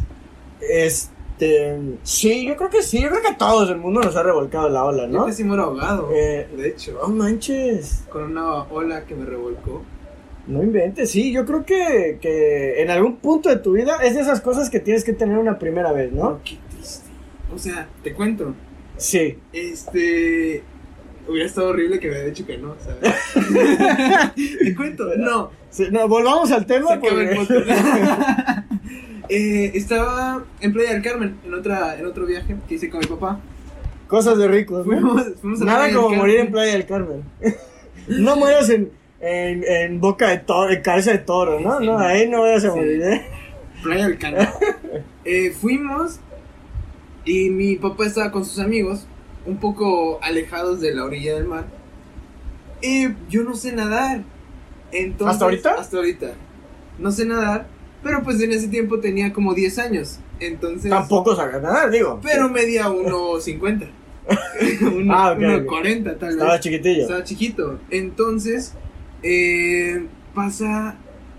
Este, sí, yo creo que sí, yo creo que a todos el mundo nos ha revolcado la ola, Yo ¿no? casi muero ahogado. Eh, de hecho, No manches. con una ola que me revolcó. No inventes, sí, yo creo que, que en algún punto de tu vida es de esas cosas que tienes que tener una primera vez, ¿no? Oh, qué triste. O sea, te cuento. Sí. Este. Hubiera estado horrible que me hubiera dicho que no, ¿sabes? Te cuento, no. Sí, no, volvamos al Se tema. acaba el Porque... podcast. eh, estaba en Playa del Carmen, en otra, en otro viaje que hice con mi papá. Cosas de ricos, ¿no? Fuimos, fuimos a Nada Playa como del morir en Carmen. Playa del Carmen. No mueras en, en, en boca de toro, en cabeza de toro, ¿no? Sí. No, ahí no vayas a Sí. morir, ¿eh? Playa del Carmen. Eh, fuimos y mi papá estaba con sus amigos, un poco alejados de la orilla del mar. Y yo no sé nadar. Entonces, ¿Hasta ahorita? Hasta ahorita. No sé nadar, pero pues en ese tiempo tenía como diez años. Entonces. Tampoco sabes nadar, digo. Pero medía uno cincuenta. uno, Ah, ok, uno ok. cuarenta tal vez. Estaba chiquitillo. Estaba chiquito. Entonces, eh, pasa.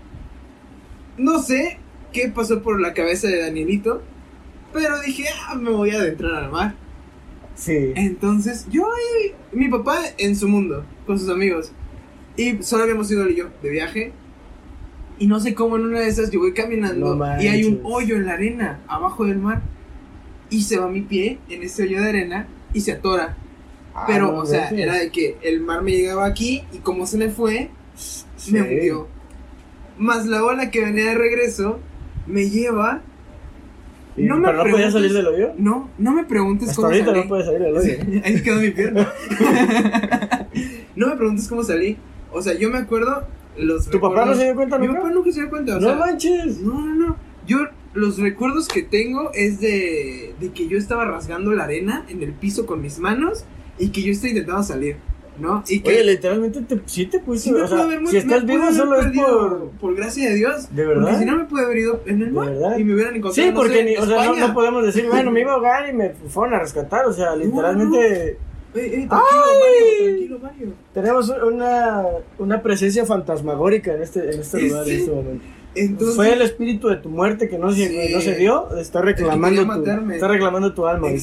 No sé qué pasó por la cabeza de Danielito. Pero dije, ah, me voy a adentrar al mar. Sí. Entonces, yo y mi papá en su mundo, con sus amigos. Y solo habíamos ido él y yo de viaje. Y no sé cómo en una de esas yo voy caminando No y hay un manches. hoyo en la arena, abajo del mar. Y se va mi pie en ese hoyo de arena y se atora. Ah, Pero, no o sea, inventes. era de que el mar me llegaba aquí y como se me fue, Sí. me hundió. Más la ola que venía de regreso me lleva. Sí, No me ¿Pero no podías preguntes- salir del hoyo? No, no me preguntes Hasta cómo ahorita salí. no puedes salir del hoyo. Ahí quedó mi pierna. No me preguntes cómo salí. O sea, yo me acuerdo los ¿Tu papá no se dio cuenta Mi nunca? papá nunca se dio cuenta. O No sea, manches. no, no, no. Yo, los recuerdos que tengo es de, de que yo estaba rasgando la arena en el piso con mis manos y que yo estaba intentando salir, ¿no? Y que Oye, literalmente te, sí te pusiste. sí me o sea, pude haber mu- si estás me vivo pude haber solo es perdido, por. por gracia de Dios. ¿De verdad? Porque si no me pude haber ido en el ¿De mar verdad? y me hubieran encontrado. Sí, no porque sé, ni, en o sea, no, España. no podemos decir, bueno, me iba a ahogar y me fueron a rescatar. O sea, literalmente. Ey, ey, tranquilo, ¡Ay! Mario, tranquilo, Mario. Tenemos una, una presencia fantasmagórica en este, en este Sí, lugar sí. en este momento. Entonces, Fue el espíritu de tu muerte que no se, Sí. no se dio. Está reclamando, quería tu, matarme. está reclamando tu alma.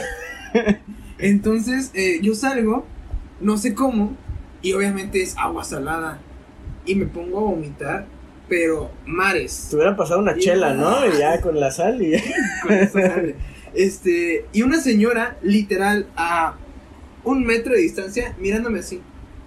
Entonces, eh, yo salgo, no sé cómo, y obviamente es agua salada. Y me pongo a vomitar, pero mares. Te hubieran pasado una chela, ¿no? Y ya con la sal y. Con esa sangre. Este, y una señora, literal, a un metro de distancia, mirándome así.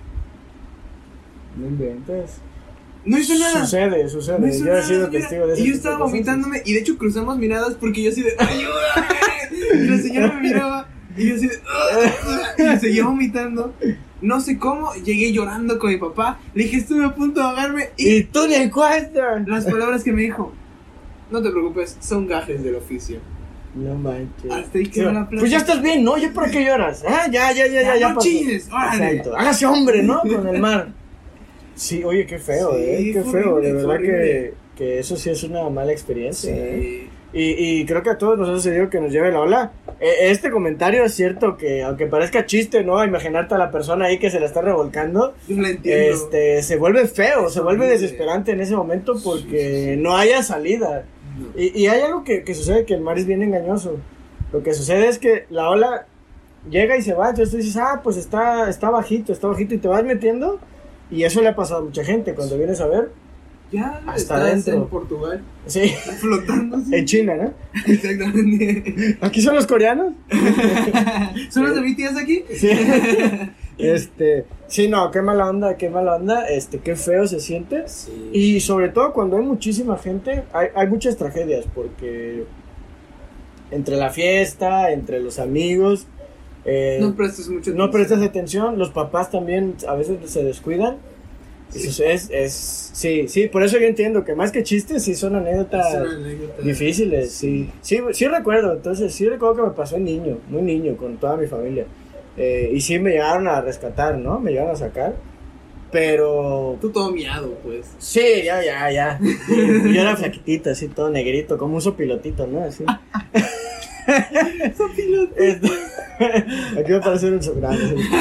No inventes. No hizo nada. Sucede, sucede. No hizo yo he nada, sido señora. testigo de eso. Y yo estaba vomitándome, y de hecho cruzamos miradas porque yo así de ¡ayuda! Y la señora me miraba, y yo así de ¡ah! Y me seguía vomitando. No sé cómo, llegué llorando con mi papá. Le dije, estuve a punto de ahogarme. Y Y tú ni en cuenta. las palabras que me dijo: no te preocupes, son gajes del oficio. No manches. Hasta ahí quedó Sí, la plática. pues ya estás bien, ¿no? ¿Ya por qué lloras? Ah, ya, ya, ya, ya, ya no pasó. chilles, órale. Exacto. Hágase hombre, ¿no? Con el mar. Sí, oye, qué feo, Sí, ¿eh? Qué fue feo. horrible, de fue verdad que, horrible. que eso sí es una mala experiencia. ¿eh? Sí. Y, y creo que a todos nos ha sucedido que nos lleve la ola. eh, este comentario es cierto que, aunque parezca chiste, ¿no? Imaginarte a la persona ahí que se la está revolcando. Yo la entiendo. Este, se vuelve feo, Es se vuelve horrible. desesperante en ese momento porque Sí, sí, sí. no haya salida. No. Y, y hay algo que, que sucede que el mar es bien engañoso. Lo que sucede es que la ola llega y se va, entonces tú dices, ah, pues está, está bajito, está bajito, y te vas metiendo. Y eso le ha pasado a mucha gente cuando vienes a ver. Ya Hasta estás adentro. en Portugal, Sí, flotando. sí. en China, ¿no? Exactamente. Aquí son los coreanos. ¿Son los de B T S aquí? Sí. Este, sí, no, qué mala onda, qué mala onda, este, qué feo se siente. Sí. Y sobre todo cuando hay muchísima gente, hay, hay muchas tragedias, porque entre la fiesta, entre los amigos, eh, No prestas mucho no prestas atención, los papás también a veces se descuidan. Sí. Eso es, es, sí, sí, por eso yo entiendo que más que chistes, sí son anécdotas Es una anécdota. difíciles, sí, sí, sí recuerdo, entonces sí recuerdo que me pasó en niño, muy niño, con toda mi familia, eh, y sí me llegaron a rescatar, ¿no? Me llegaron a sacar, pero Tú todo miado, pues. sí, ya, ya, ya, sí, yo era flaquitito, así todo negrito, como un sopilotito, ¿no? Así. Sopilotito. Este, aquí va a parecer un sobrano.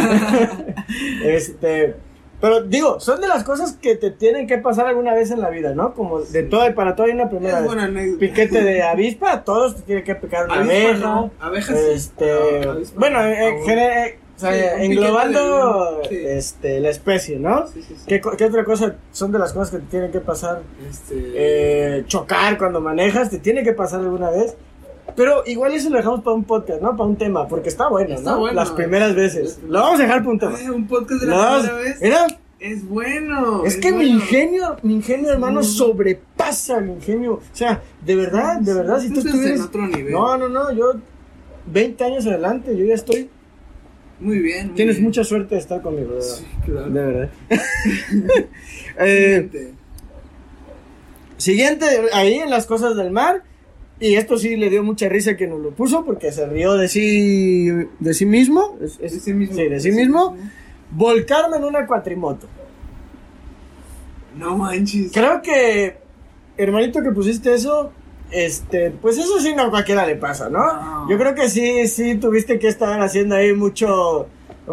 Este, pero digo, son de las cosas que te tienen que pasar alguna vez en la vida, ¿no? Como de Sí. todo y para todo hay una primera Es vez. buena anécdota. Piquete de avispa, a todos te tiene que picar una Avispa, abeja. no. Abeja sí. Este, Ah, avispa bueno, no. en, Ah, bueno. gener- o sea, Sí, un englobando piquete de- sí. este, la especie, ¿no? Sí, sí, sí. ¿Qué, co- qué otra cosa son de las cosas que te tienen que pasar? Este. Eh, chocar cuando manejas, te tiene que pasar alguna vez. Pero igual eso lo dejamos para un podcast, ¿no? Para un tema, porque está bueno, Está ¿no? bueno. Las primeras veces. Lo vamos a dejar para un tema. Ay, un podcast de Lo la vamos- primera vez. Mira, Es bueno. es que mi bueno. ingenio, mi ingenio, hermano, Mm. sobrepasa mi ingenio. O sea, de verdad, de verdad, si tú estás en estuvieras... otro nivel. No, no, no, yo veinte años adelante, yo ya estoy... Muy bien. Muy Tienes bien. mucha suerte de estar conmigo, de verdad. Sí, claro. De verdad. Eh, Siguiente. Siguiente, ahí en las cosas del mar. Y esto sí le dio mucha risa que nos lo puso porque se rió de sí, de sí mismo. Es- es- De sí mismo. Sí, de sí mismo. Volcarme en una cuatrimoto. No manches. Creo que, hermanito, que pusiste eso, este, pues eso sí no a cualquiera le pasa, ¿no? No. Yo creo que sí, sí tuviste que estar haciendo ahí mucho.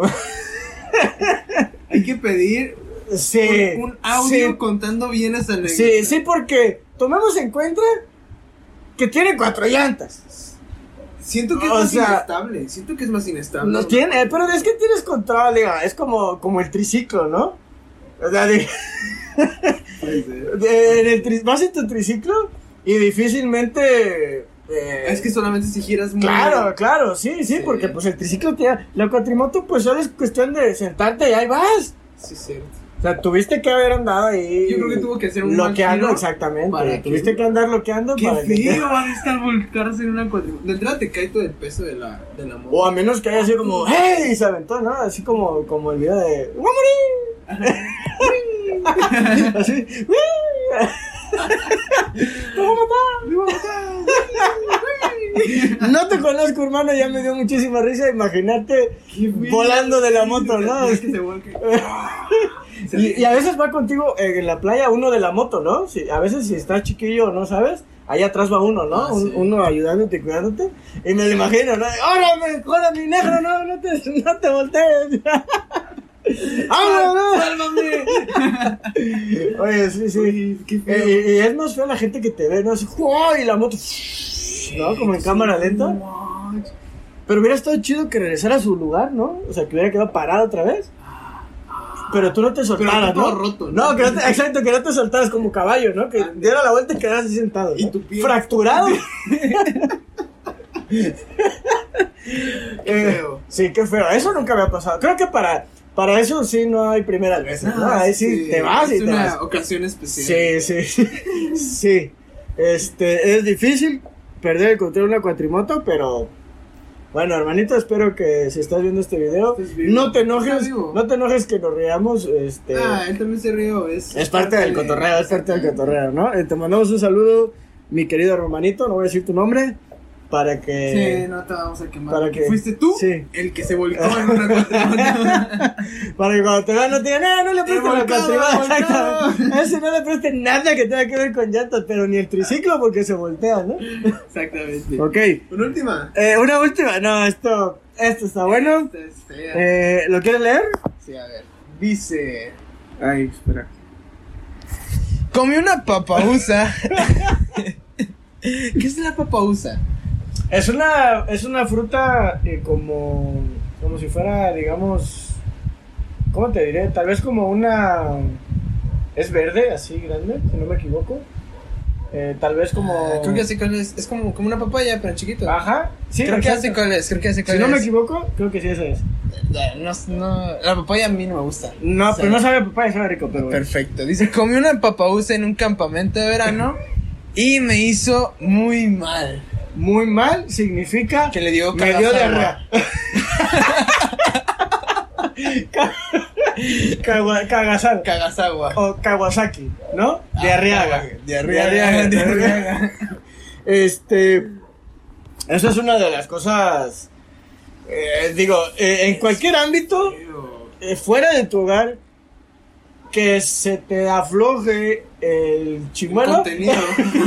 Hay que pedir Sí. un, un audio sí, contando bien esa anécdota. sí, sí, porque tomemos en cuenta que tiene cuatro llantas. Siento que es O más sea, inestable. Siento que es más inestable. No tiene, eh, pero es que tienes control, digo, es como, como el triciclo, ¿no? O sea, de- Puede ser. de- en el tri- vas en tu triciclo y difícilmente... eh, Es que solamente si giras muy. Claro, claro, sí, sí, Sí. porque pues el triciclo tiene... La cuatrimoto pues solo es cuestión de sentarte y ahí vas. Sí, cierto. O sea, tuviste que haber andado ahí... Yo creo que tuvo que hacer un mal Bloqueando, giro exactamente. para que- Tuviste que andar bloqueando Qué para que... feo va a estar volcarse en una cuatrimoto. De entrada te cae todo el peso de la, de la moto. O a menos que haya sido como... ¡Hey! Y se aventó, ¿no? Así como, como el video de... ¡Voy a morir! Así... ¡Uy! ¡Te voy a matar! ¡Me va a matar! No te conozco, hermano, ya me dio muchísima risa. Imagínate Qué feo. volando de la moto, ¿no? Es que se vuelque. Y, y a veces va contigo eh, en la playa uno de la moto, ¿no? Si, a veces si estás chiquillo o no sabes, ahí atrás va uno, ¿no? Ah, Un- sí. uno ayudándote, cuidándote. Y me lo imagino, ¿no? ¡Órale, ¡Órale, mi negro! No, no te, no te voltees. ¡Vámonos, no! ¡Sálvame! Oye, sí, sí. Uy, qué feo. Eh, y es más feo la gente que te ve, ¿no? Así, ¡wow! Y la moto, ¿no? Como en cámara lenta. No manches. Pero hubiera estado chido que regresara a su lugar, ¿no? O sea, que hubiera quedado parado otra vez. Pero tú no te soltaras, tú todo ¿no? roto, ¿no? No, que no te, exacto, que no te soltaras como caballo, ¿no? Que Ande. diera la vuelta y quedaras así sentado. Y ¿no? tu pie. Fracturado. Qué Eh, feo. Sí, qué feo. Eso nunca me ha pasado. Creo que para, para eso sí no hay primeras veces, ¿no? Ah, Ahí sí, te vas es y te una vas. ocasión especial. Sí, sí, sí. Sí. Este, es difícil perder el control de una cuatrimoto, pero bueno, hermanito, espero que si estás viendo este video, Estés vivo. no te Está enojes, vivo. no te enojes que nos riamos, este, Ah, él también se rió. Es, es parte del cotorreo, es parte del cotorreo, ¿no? Eh, te mandamos un saludo, mi querido hermanito, no voy a decir tu nombre, para que... Sí, no te vamos a quemar. Para que... ¿Fuiste tú? Sí. El que se volcó en una cuatrimoto. Para que cuando te vean no te digan, no, no le presten la volcado, cuatrimoto. volcado. Exacto. A ese no le presten nada que tenga que ver con llantas, pero ni el triciclo porque se voltea, ¿no? Exactamente. Ok. Una última. Eh, una última. No, esto, esto está bueno. Esta es fea. Eh, ¿Lo quieres leer? Sí, a ver. Dice... Ay, espera. Comí una papausa. ¿Qué es la papausa? Es una, es una fruta eh, como, como si fuera, digamos, ¿cómo te diré? Tal vez como una, es verde, así grande, si no me equivoco. Eh, tal vez como... Ah, creo que ya sé cuál es. Es como, como una papaya, pero chiquito. Ajá, sí, creo que ya sé exacto. cuál es. Creo que ya sé cuál Si no me es. equivoco, creo que sí esa es. No, no, la papaya a mí no me gusta. No, O sea, pero no sabe a papaya, sabe rico, pero bueno. Perfecto. Dice, comí una papausa en un campamento de verano y me hizo muy mal. Muy mal significa Que le dio me dio cagazagua. diarrea. Kawa- Kagasal Cagazagua. o Kawasaki, ¿no? De Ah, Arriaga. De Arriaga. De Arriaga. Este, eso es una de las cosas, eh, digo, eh, en cualquier ámbito, eh, fuera de tu hogar, que se te afloje el chimuelo, Contenido.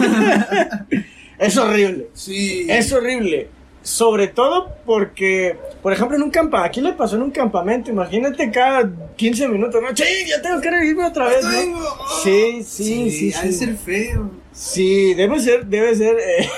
es horrible. Sí. Es horrible. Sobre todo porque, por ejemplo, en un campamento, aquí le pasó en un campamento, imagínate cada quince minutos, ¿no? ¡Sí, ya tengo que reírme otra vez, ¿no? Sí, sí, sí, Ha de sí. ser feo. Sí, debe ser, debe ser, eh,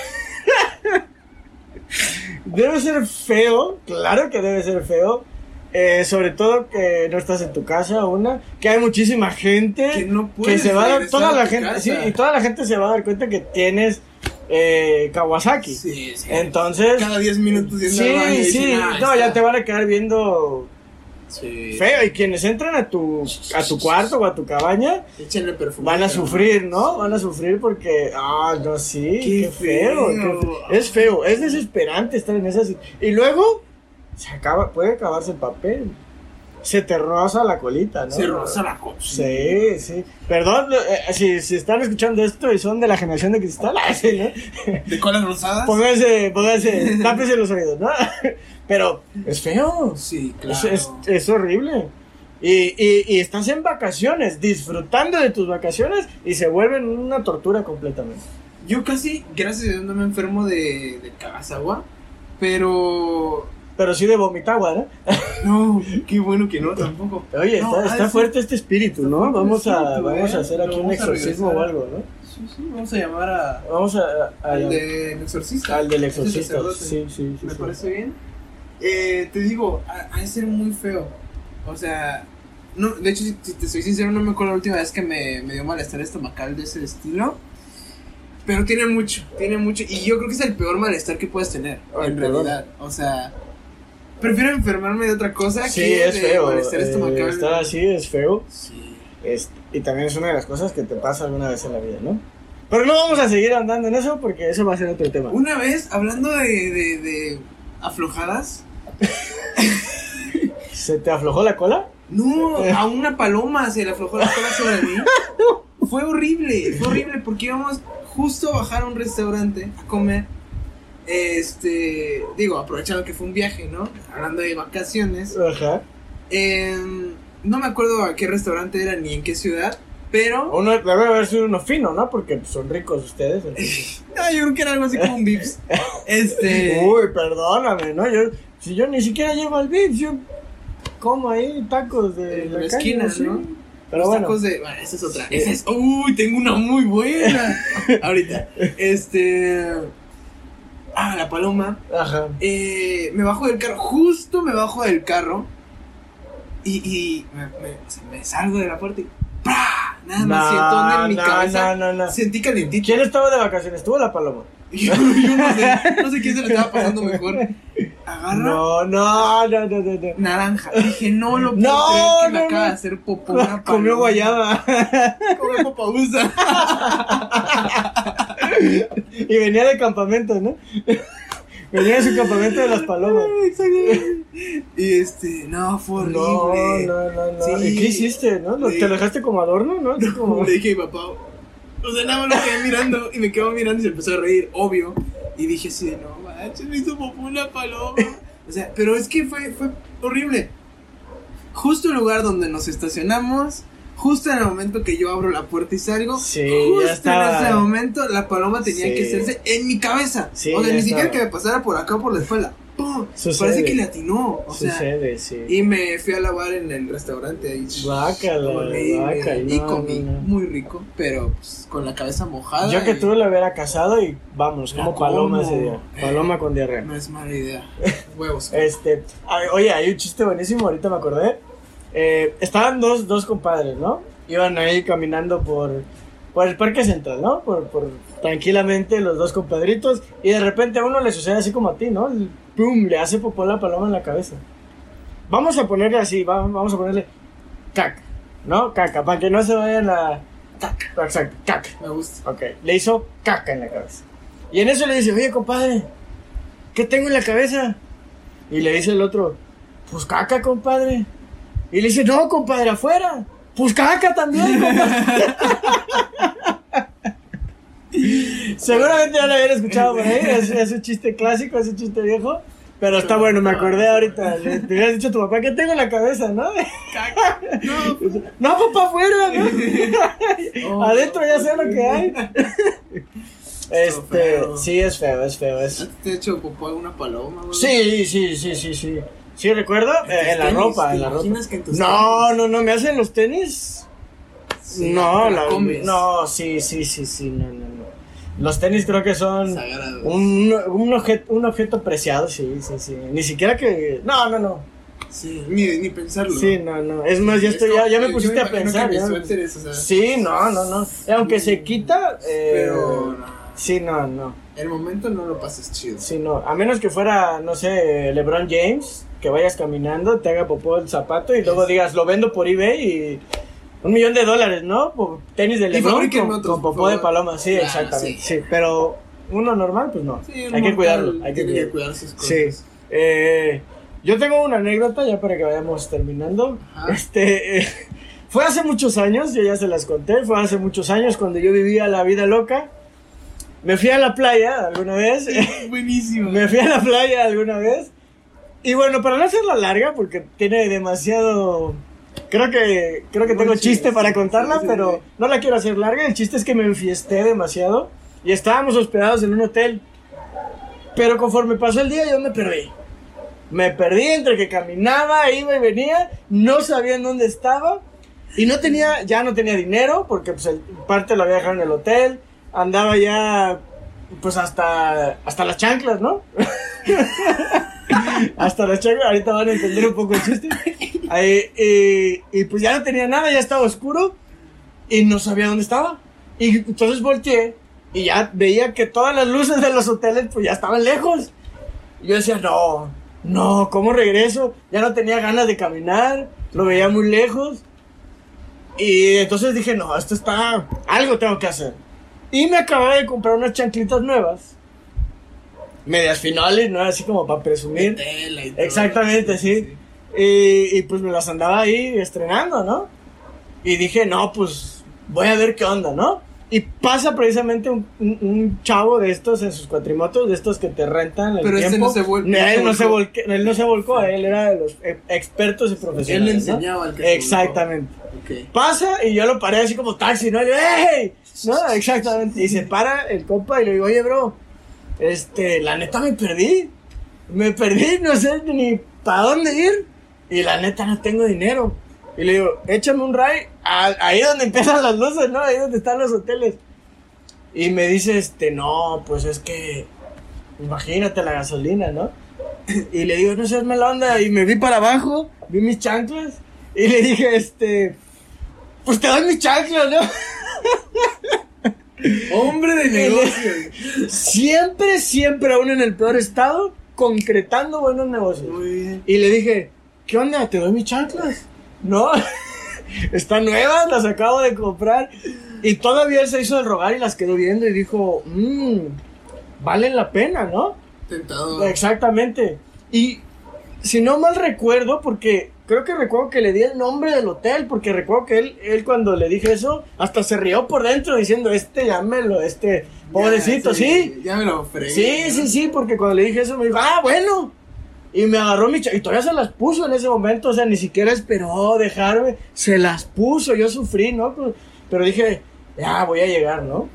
debe ser feo, claro que debe ser feo, eh, sobre todo que no estás en tu casa, una, que hay muchísima gente, Que no que puedes se va a dar, regresar toda a la tu gente, casa. sí, y toda la gente se va a dar cuenta que tienes eh, Kawasaki. Sí, sí. Entonces, Cada diez minutos yendo al baño sí, y sí, dicen, "Ah, no, está". ya te van a quedar viendo Sí. feo, y quienes entran a tu, a tu cuarto o a tu cabaña, Échenle perfume. van a sufrir, ¿no? Van a sufrir porque, ah, no, sí, Qué qué, feo, feo. qué fe- es feo, es desesperante estar en esa situación. Y luego, se acaba, puede acabarse el papel, se te roza la colita, ¿no? Se roza la cosa. Sí, sí. Perdón, eh, si, si están escuchando esto y son de la generación de cristal, ah, sí, ¿no? ¿De colas rosadas? Pónganse, pónganse, tápense los oídos, ¿no? Pero es feo. Sí, claro. Es, es, es horrible. Y, y, y estás en vacaciones, disfrutando de tus vacaciones y se vuelven una tortura completamente. Yo casi, gracias a Dios, no me enfermo de, de Kagasawa, pero... Pero sí de vomitagua, ¿no? No, qué bueno que no, tampoco. Oye, No, está, ha está de fuerte este espíritu, está ¿no? fuerte el Vamos a, espíritu, vamos ¿eh? a hacer Lo aquí un vamos a exorcismo o regresar. algo, ¿no? Sí, sí, vamos a llamar a... Vamos a... a- al del exorcista. al del Ese exorcista. sacerdote. Sí, sí, sí. Me sí. parece bien. Eh, te digo, ha, ha de ser muy feo. O sea, no, de hecho, si, si te soy sincero, no me acuerdo la última vez que me, me dio malestar estomacal de ese estilo. Pero tiene mucho, tiene mucho. Y yo creo que es el peor malestar que puedes tener, Ay, en perdón. realidad. O sea, prefiero enfermarme de otra cosa Sí, que es de feo. malestar eh, estomacal. estar así es feo. Sí. Es- y también es una de las cosas que te pasa alguna vez en la vida, ¿no? Pero no vamos a seguir andando en eso porque eso va a ser otro tema. Una vez, hablando de, de, de aflojadas, ¿Se te aflojó la cola? no, a una paloma se le aflojó la cola sobre mí. Fue horrible, fue horrible porque íbamos justo a bajar a un restaurante a comer. Este, digo, aprovechando que fue un viaje, ¿no? Hablando de vacaciones. Ajá. Em, no me acuerdo a qué restaurante era ni en qué ciudad, pero... Uno debe haber sido uno fino, ¿no? Porque son ricos ustedes. entonces. No, yo creo que era algo así como un Vips. Este... Uy, perdóname, ¿no? Yo, si yo ni siquiera llego al Vips, yo como ahí tacos de En la, la calle, esquina, sí. ¿no? Pero Los bueno, tacos de... Bueno, esa es otra. Sí. Esa es... Uy, tengo una muy buena. Ahorita. Este... Ah, la paloma. ajá. Eh, me bajo del carro. Justo me bajo del carro. Y, y me, me- me salgo de la puerta y... ¡Pra! Nada más siento en mi no, cabeza. no, no, no. Sentí calientito. ¿Quién estaba de vacaciones? ¿Tú o la paloma? Yo, yo no sé. No sé quién se le estaba pasando mejor. Agarra... No, no, no, no, no, no. Naranja. Dije, no lo puedo No, creer que me no, acaba no. de hacer popó una paloma. Comió guayaba. Comió papausa. Y venía de campamento, ¿no? Venía de su campamento de las palomas. Exactamente. Y este, no, fue horrible. No, no, no, no. Sí. ¿Y qué hiciste, no? ¿Lo- Sí. ¿Te lo dejaste como adorno, no? Así como... Le dije a mi papá, o sea, nada más lo quedé mirando y me quedó mirando y se empezó a reír, obvio. Y dije así de, no, manches, me hizo popó una paloma. O sea, pero es que fue, fue horrible. Justo el lugar donde nos estacionamos, justo en el momento que yo abro la puerta y salgo, sí, justo ya estaba... en ese momento la paloma tenía sí. que hacerse en mi cabeza. Sí, o sea, ni siquiera estaba... que me pasara por acá por la espalda. ¡Pum! Sucede. Parece que le atinó. O Sucede, sea, sí. Y me fui a lavar en el restaurante ahí. Guácala, guácala, y no, comí no, no. muy rico, pero pues, con la cabeza mojada. Yo que y... tú lo hubiera casado y vamos, La como paloma como. ese día. Paloma con diarrea. No es mala idea. Huevos. Este, a- oye, hay un chiste buenísimo, ahorita me acordé. Eh, estaban dos, dos compadres, ¿no? Iban ahí caminando por, por el Parque Central, ¿no? Por, por tranquilamente los dos compadritos. Y de repente a uno le sucede así como a ti, ¿no? El- ¡Pum! Le hace popó la paloma en la cabeza. Vamos a ponerle así, va- vamos a ponerle caca, ¿no? Caca, para que no se vayan a... Caca. Exacto, caca. Me gusta. Ok, le hizo caca en la cabeza. Y en eso le dice, oye, compadre, ¿qué tengo en la cabeza? Y le dice el otro, pues caca, compadre. Y le dice, no, compadre, afuera. Pues caca también, compadre. Seguramente ya lo habían escuchado por ahí. Es, es un chiste clásico, es un chiste viejo. Pero está bueno, me acordé ahorita. Le, te hubieras dicho a tu papá, ¿qué tengo en la cabeza, no? Caca. No. No, papá, afuera, ¿no? Oh, Adentro ya sé lo que hay. Este, feo. sí, es feo, es feo. Es... ¿Te ha hecho popó alguna paloma, güey? Sí, sí, sí, sí, sí. Sí, recuerdo, ¿En tus eh, en la tenis? ropa, ¿Te en la ropa. imaginas que en tus No, tenis? no, no, ¿me hacen los tenis? Sí, No, te la la, comes. no, sí, sí, sí, sí, no, no, no. Los tenis creo que son Sagrados. un, un, objeto, un objeto preciado, sí, sí, sí. Ni siquiera que... No, no, no. Sí, ni, ni pensarlo. Sí, no, no. Es más, ya, Es estoy, como- ya, ya me yo pusiste a imagino pensar. que ya mis me- suéteres, o sea, Sí, no, no, no. Aunque se quita... Eh, Pero no. Sí, no, no. El momento no lo pases chido. Sí, no. A menos que fuera, no sé, LeBron James, que vayas caminando, te haga popó el zapato y luego digas, lo vendo por eBay y... Un millón de dólares, ¿no? Por tenis de Y LeBron fabríquenme con, otros, con por popó de favor. paloma. Sí, Claro, exactamente. sí. Sí. Pero uno normal, pues no. Sí, un hay que mortal cuidarlo. Hay que tiene cuidarlo. cuidar sus cosas. Sí. Eh, yo tengo una anécdota ya para que vayamos terminando. Ajá. Este... eh, fue hace muchos años, yo ya se las conté. Fue hace muchos años cuando yo vivía la vida loca. Me fui a la playa alguna vez. Buenísimo. Me fui a la playa alguna vez. Y bueno, para no hacerla larga, porque tiene demasiado... Creo que creo que tengo Buen chiste chiste, para sí, contarla, sí, sí. pero no la quiero hacer larga. El chiste es que me enfiesté demasiado y estábamos hospedados en un hotel. Pero conforme pasó el día yo me perdí. Me perdí entre que caminaba, iba y venía, no sabía en dónde estaba y no tenía, ya no tenía dinero porque pues el, parte lo había dejado en el hotel. Andaba ya pues hasta hasta las chanclas, ¿no? Hasta las chanclas, ahorita van a entender un poco el chiste. Ahí, y, y pues ya no tenía nada, ya estaba oscuro y no sabía dónde estaba. Y entonces volteé y ya veía que todas las luces de los hoteles pues ya estaban lejos. Y yo decía, no, no, ¿cómo regreso? Ya no tenía ganas de caminar, lo veía muy lejos. Y entonces dije, no, esto está, algo tengo que hacer. Y me acababa de comprar unas chanclitas nuevas, medias finales, ¿no? Así como para presumir. Tela y todo. Exactamente, sí. Y, y pues me las andaba ahí estrenando, ¿no? Y dije, no, pues voy a ver qué onda, ¿no? Y pasa precisamente un, un, un chavo de estos en sus cuatrimotos, de estos que te rentan el Pero este tiempo. no se vol- él, no se volcó. volque- él no se volcó, él era de los eh, expertos y Él profesionales, le ¿no? enseñaba al que se Exactamente. volcó. Ok. Pasa y yo lo paré así como taxi, ¿no? Y yo, ¡hey! ¿No? Exactamente. Y se para el compa y le digo, oye, bro, este, la neta me perdí. Me perdí, no sé ni para dónde ir. Y la neta no tengo dinero. Y le digo, échame un ride a- ahí donde empiezan las luces, ¿no? Ahí donde están los hoteles. Y me dice, este, no, pues es que, imagínate la gasolina, ¿no? Y le digo, no seas mala onda. Y me vi para abajo, vi mis chanclas. Y le dije, este, pues te doy mis chanclas, ¿no? Hombre de negocios. Siempre, siempre, aún en el peor estado, concretando buenos negocios. Muy bien. Y le dije, ¿qué onda? ¿Te doy mis chanclas? No, están nuevas, las acabo de comprar. Y todavía él se hizo el rogar y las quedó viendo y dijo, mmm, valen la pena, ¿no? Tentador. Exactamente. Y si no mal recuerdo, porque creo que recuerdo que le di el nombre del hotel, porque recuerdo que él, él cuando le dije eso, hasta se rió por dentro diciendo, este, llámelo, este, pobrecito, ya, sí. Ya me lo fregué. Sí, ¿no? sí, sí, porque cuando le dije eso me dijo, ah, bueno. Y me agarró mi cha- y todavía se las puso en ese momento, o sea, ni siquiera esperó dejarme, se las puso, yo sufrí, ¿no? Pero, pero dije, ya, voy a llegar, ¿no?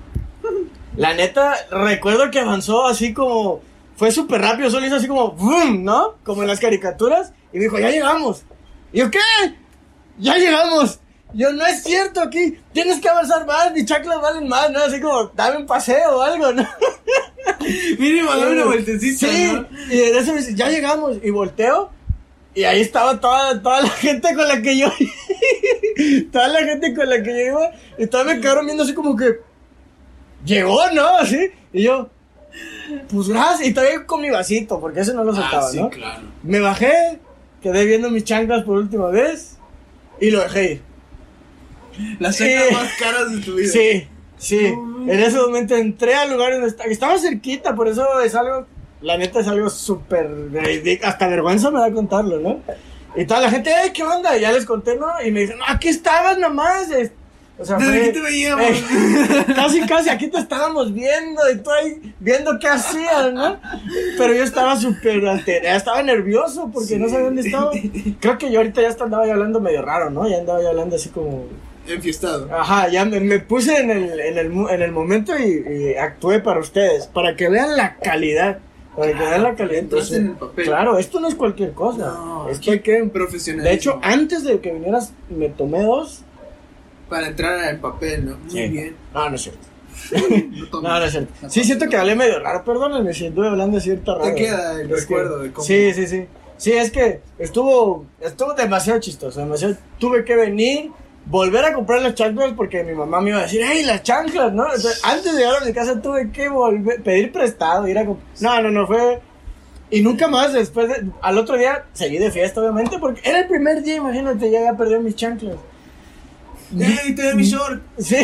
La neta, recuerdo que avanzó así como, fue súper rápido, solo hizo así como, ¡boom!, ¿no? Como en las caricaturas, y me dijo, ya llegamos. Y yo, ¿qué? Ya llegamos. Yo, no es cierto, aquí tienes que avanzar más, mis chanclas valen más, ¿no? Así como, dame un paseo o algo, ¿no? Mínimo, dame una vueltecita, Sí, ¿no? y en eso me dice, ya llegamos, y volteo, y ahí estaba toda, toda la gente con la que yo, toda la gente con la que yo iba, y todos me quedaron viendo así como que, llegó, ¿no? Así, y yo, pues gracias, y todavía con mi vasito, porque ese no lo soltaba, Ah, sí, ¿no? claro. Me bajé, quedé viendo mis chanclas por última vez, y lo dejé ir. Las Sí. chanclas más caras de tu vida. Sí, sí. En ese momento entré al lugar donde estaba. Estaba cerquita, por eso es algo. La neta es algo súper. Hasta vergüenza me da contarlo, ¿no? Y toda la gente, ¡ay, qué onda! Y ya les conté, ¿no? Y me dicen, no, aquí estabas nomás. O sea, ¿Desde fue, aquí te veíamos? eh, casi, casi aquí te estábamos viendo. Y tú ahí viendo qué hacías, ¿no? Pero yo estaba súper alterado. Estaba nervioso porque Sí. no sabía dónde estaba. Creo que yo ahorita ya hasta andaba ya hablando medio raro, ¿no? Ya andaba ya hablando así como. Enfiestado. Ajá, ya me, me puse en el, en el, mu- en el momento y, y actué para ustedes, para que vean la calidad, para que vean la calidad. Entraste en el papel. Claro, esto no es cualquier cosa, No, esto hay que... Profesional. De hecho, antes de que vinieras, me tomé dos. Para entrar en el papel, ¿no? Muy Sí. bien. No, no es cierto. No, tomes. No, no es cierto. No Sí, tomes, siento que no. hablé medio raro, perdónenme si estuve hablando cierta raro. Te queda el Es recuerdo que- de cómo. Sí, sí, sí. Sí, es que estuvo, estuvo demasiado chistoso, demasiado. Tuve que venir, volver a comprar las chanclas porque mi mamá me iba a decir, ¡hey, las chanclas!, ¿no? Entonces, antes de llegar a mi casa tuve que volver, pedir prestado, ir a comp- No, no, no, fue... Y nunca más después, de... al otro día seguí de fiesta, obviamente, porque era el primer día, imagínate, ya había perdido mis chanclas. ¡Ey, te doy mi short! Sí.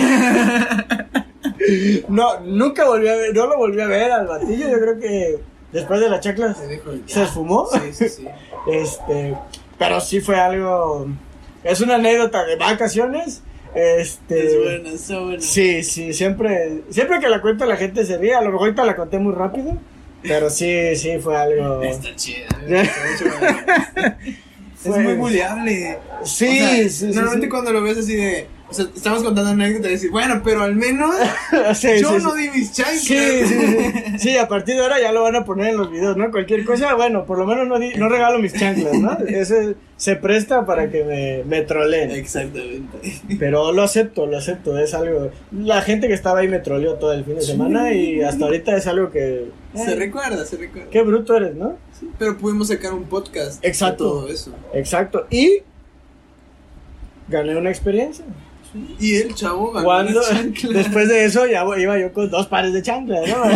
No, nunca volví a ver, no lo volví a ver al batillo, yo creo que después de las chanclas Te dejo ya. se esfumó. Sí, sí, sí. Este, pero sí fue algo, es una anécdota de vacaciones. Este, Es buena, es buena. sí, sí, siempre, siempre que la cuento la gente se ríe, a lo mejor ahorita la conté muy rápido, pero sí, sí fue algo. Está chida. ¿eh? Está mucho buena. Es Fue- muy buleable. Sí, O sea, sí, sí, normalmente sí. cuando lo ves así de. O sea, estamos contando anécdotas y decir, bueno, pero al menos Sí, yo sí, no sí. di mis chanclas. Sí, sí, sí. Sí, a partir de ahora ya lo van a poner en los videos, ¿no? Cualquier cosa, bueno, por lo menos no, di- no regalo mis chanclas, ¿no? Ese se presta para que me, me troleen. Exactamente. Pero lo acepto, lo acepto, es algo... La gente que estaba ahí me troleó todo el fin de semana y hasta ahorita es algo que... Se eh, recuerda, se recuerda. qué bruto eres, ¿no? Pero pudimos sacar un podcast Exacto. de todo eso. Exacto, y... Gané una experiencia. Y el chavo ganó Cuando, las chanclas. después de eso ya iba yo con dos pares de chanclas, ¿no?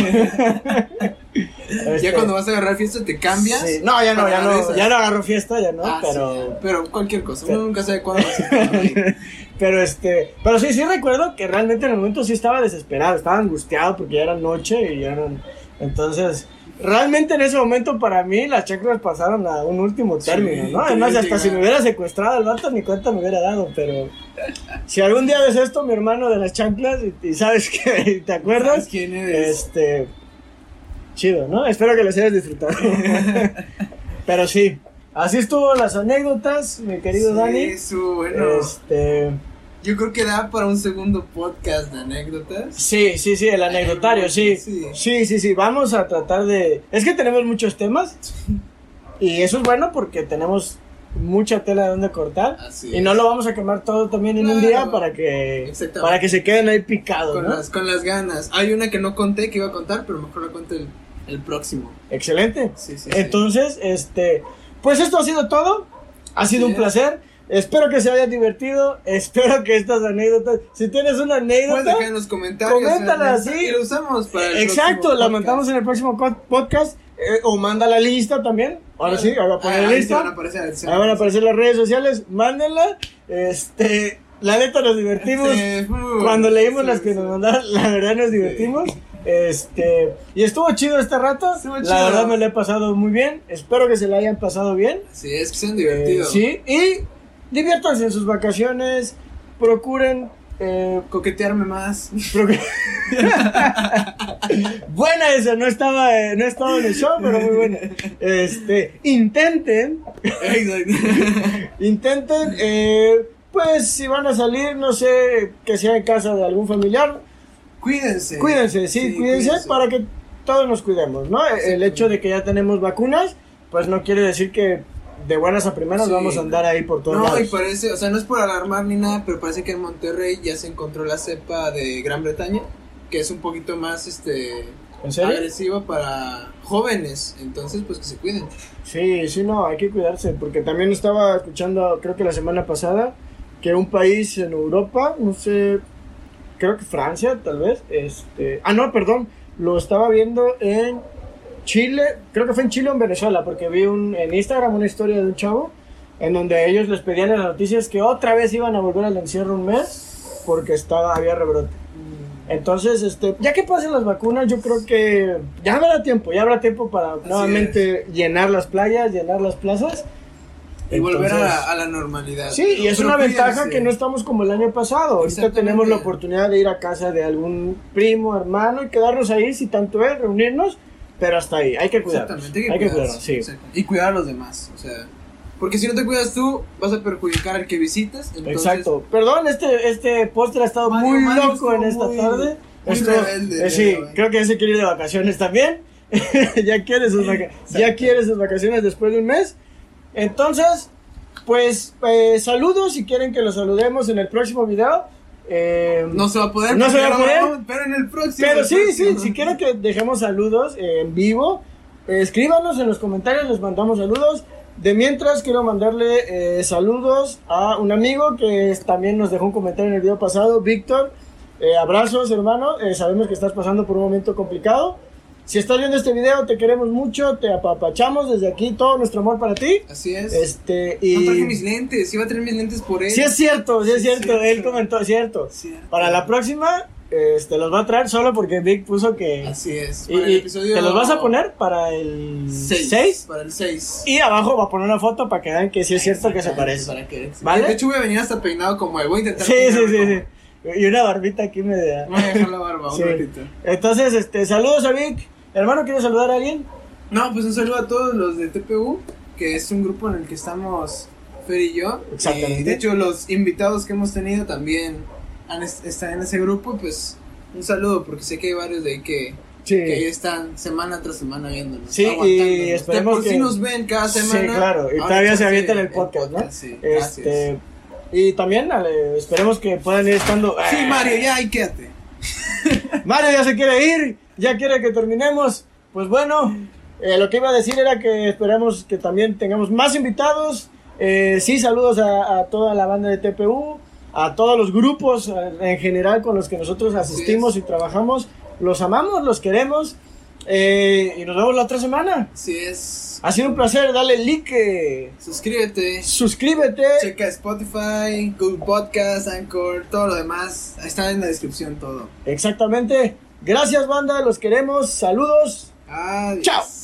Ya Este, cuando vas a agarrar fiesta te cambias. sí. No, ya no, ya para no, esas. ya no agarro fiesta, ya no, Ah, pero... sí, pero cualquier cosa. Pero- Uno nunca sabe cuándo vas a estar ahí. Pero este, pero sí, sí recuerdo que realmente en el momento sí estaba desesperado, estaba angustiado porque ya era noche y ya eran, entonces, realmente en ese momento para mí las chanclas pasaron a un último Sí, término, ¿no? te Además, iba a hasta si llegar. me hubiera secuestrado el vato ni cuenta me hubiera dado, pero si algún día ves esto, mi hermano de las chanclas, y, y sabes que, ¿te acuerdas? ¿Sabes quién eres? Este, chido, ¿no? Espero que los hayas disfrutado. Pero sí, así estuvo las anécdotas, mi querido Sí, Dani. eso, bueno. Este, Yo creo que da para un segundo podcast de anécdotas. sí, sí, sí, el anecdotario, sí. Sí. Sí, sí, sí, vamos a tratar de... Es que tenemos muchos temas y eso es bueno porque tenemos mucha tela de donde cortar Así y es. no lo vamos a quemar todo también en un Claro. día para que Exactamente. para que se queden ahí picados, Con, ¿no? las, con las ganas. Hay una que no conté que iba a contar, pero mejor la cuento el, el próximo. Excelente. Sí, sí, sí. Entonces, este, pues esto ha sido todo. Ha sido Así un es. placer. Espero que se hayan divertido. Espero que estas anécdotas, si tienes una Puedes anécdota, dejar en los comentarios. coméntala, ¿verdad? sí. Y lo usamos para el exacto, próximo la podcast. montamos en el próximo co- podcast eh, o manda la lista también. Ahora sí, ahora voy a poner Ah, la ahí te lista. van a aparecer. Ahí van a aparecer las redes sociales, mándenla. Este, la neta nos divertimos. Este, uh, Cuando leímos sí, las que sí. nos mandaron, la verdad nos divertimos. Este, y estuvo chido este rato. Estuvo La chido. verdad me lo he pasado muy bien. Espero que se la hayan pasado bien. Sí, es que sean Eh, divertidos. sí, y diviértanse en sus vacaciones. Procuren. Eh, Coquetearme más. procu- buena esa, no estaba, eh, no estaba en el show, pero muy buena. Este, intenten, Exacto. intenten, eh, pues si van a salir, no sé, que sea en casa de algún familiar, Cuídense. cuídense, sí, cuídense, para que todos nos cuidemos, ¿no? El hecho de que ya tenemos vacunas, pues no quiere decir que de buenas a primeras Sí. vamos a andar ahí por todos No, lados. y parece, o sea, no es por alarmar ni nada, pero parece que en Monterrey ya se encontró la cepa de Gran Bretaña, que es un poquito más, este, ¿En serio? agresiva para jóvenes, entonces, pues que se cuiden. Sí, sí, no, hay que cuidarse, porque también estaba escuchando, creo que la semana pasada, que un país en Europa, no sé, creo que Francia, tal vez, este, ah, no, perdón, lo estaba viendo en Chile, creo que fue en Chile o en Venezuela, porque vi un, en Instagram una historia de un chavo, en donde ellos les pedían en las noticias que otra vez iban a volver al encierro un mes, porque estaba, había rebrote. Entonces, este, ya que pasen las vacunas, yo creo que ya habrá tiempo, ya habrá tiempo para Así nuevamente llenar las playas, llenar las plazas. Y volver Entonces, a, a la normalidad. sí, y es Pero una cuídense. ventaja que no estamos como el año pasado. Ahorita Exactamente. tenemos la oportunidad de ir a casa de algún primo, hermano y quedarnos ahí si tanto es, reunirnos, pero hasta ahí, hay que cuidarnos. Exactamente, Hay que cuidarnos, cuidarse, sí. exacto. Y cuidar a los demás, o sea, porque si no te cuidas tú, vas a perjudicar al que visitas. Entonces, Exacto. Perdón, este, este póster ha estado Mario, muy Mario loco estuvo en esta muy- tarde. muy Esto- rebelde, eh, sí, güey. creo que ya se quiere ir de vacaciones también. ya quiere sus vaca- ya quiere sus vacaciones después de un mes. Entonces, pues eh, saludos si quieren que los saludemos en el próximo video. Eh, No se va a poder, No se porque va a ya lo poder. grabamos, pero en el próximo. Pero el sí, sí, próximo. si quieren que dejemos saludos eh, en vivo, eh, escríbanos en los comentarios, les mandamos saludos. De mientras, quiero mandarle eh, saludos a un amigo que es- también nos dejó un comentario en el video pasado, Víctor. Eh, abrazos, hermano. Eh, sabemos que estás pasando por un momento complicado. Si estás viendo este video, te queremos mucho, te apapachamos desde aquí, todo nuestro amor para ti. Así es. Este, No traje y... mis lentes, iba a traer mis lentes por él. Sí es cierto, sí es Sí, cierto, cierto. él comentó, es cierto. Cierto. Para la próxima, este, los va a traer solo porque Vic puso que... Así es. Y, Para el y episodio te los vas a poner para el seis. seis. Para el seis. Y abajo va a poner una foto para que vean que sí es cierto que se parece. Para que, ¿Vale? De hecho, voy a venir hasta peinado como él. Voy a intentar. Sí, sí, peinarme sí, como- sí. Y una barbita aquí media. Voy a dejar la barba Sí. un ratito. Entonces, este, saludos a Vic. Hermano, ¿quieres saludar a alguien? No, pues un saludo a todos los de T P U, que es un grupo en el que estamos Fer y yo. Exactamente. Y de hecho, los invitados que hemos tenido también han est- están en ese grupo. Pues un saludo, porque sé que hay varios de ahí que, Sí. que ahí están semana tras semana viéndonos. Sí, y aguantándonos. esperemos De por que- sí nos ven cada semana. Sí, claro. Y Ahora todavía se chance avientan el podcast, ¿no? sí, Este, y también ale, esperemos que puedan ir estando. gracias. Sí, Mario, ya, ahí quédate. Mario ya se quiere ir, ya quiere que terminemos. Pues bueno, eh, lo que iba a decir era que esperamos que también tengamos más invitados. Eh, sí, saludos a, a toda la banda de T P U, a todos los grupos eh, en general con los que nosotros asistimos es. y trabajamos. Los amamos, los queremos. Eh, y nos vemos la otra semana. Así es. Ha sido un placer, dale like, Suscríbete. suscríbete. Checa Spotify, Google Podcast, Anchor, todo lo demás. Ahí está en la descripción todo. Exactamente. Gracias, banda, los queremos. Saludos. Adiós. Chao.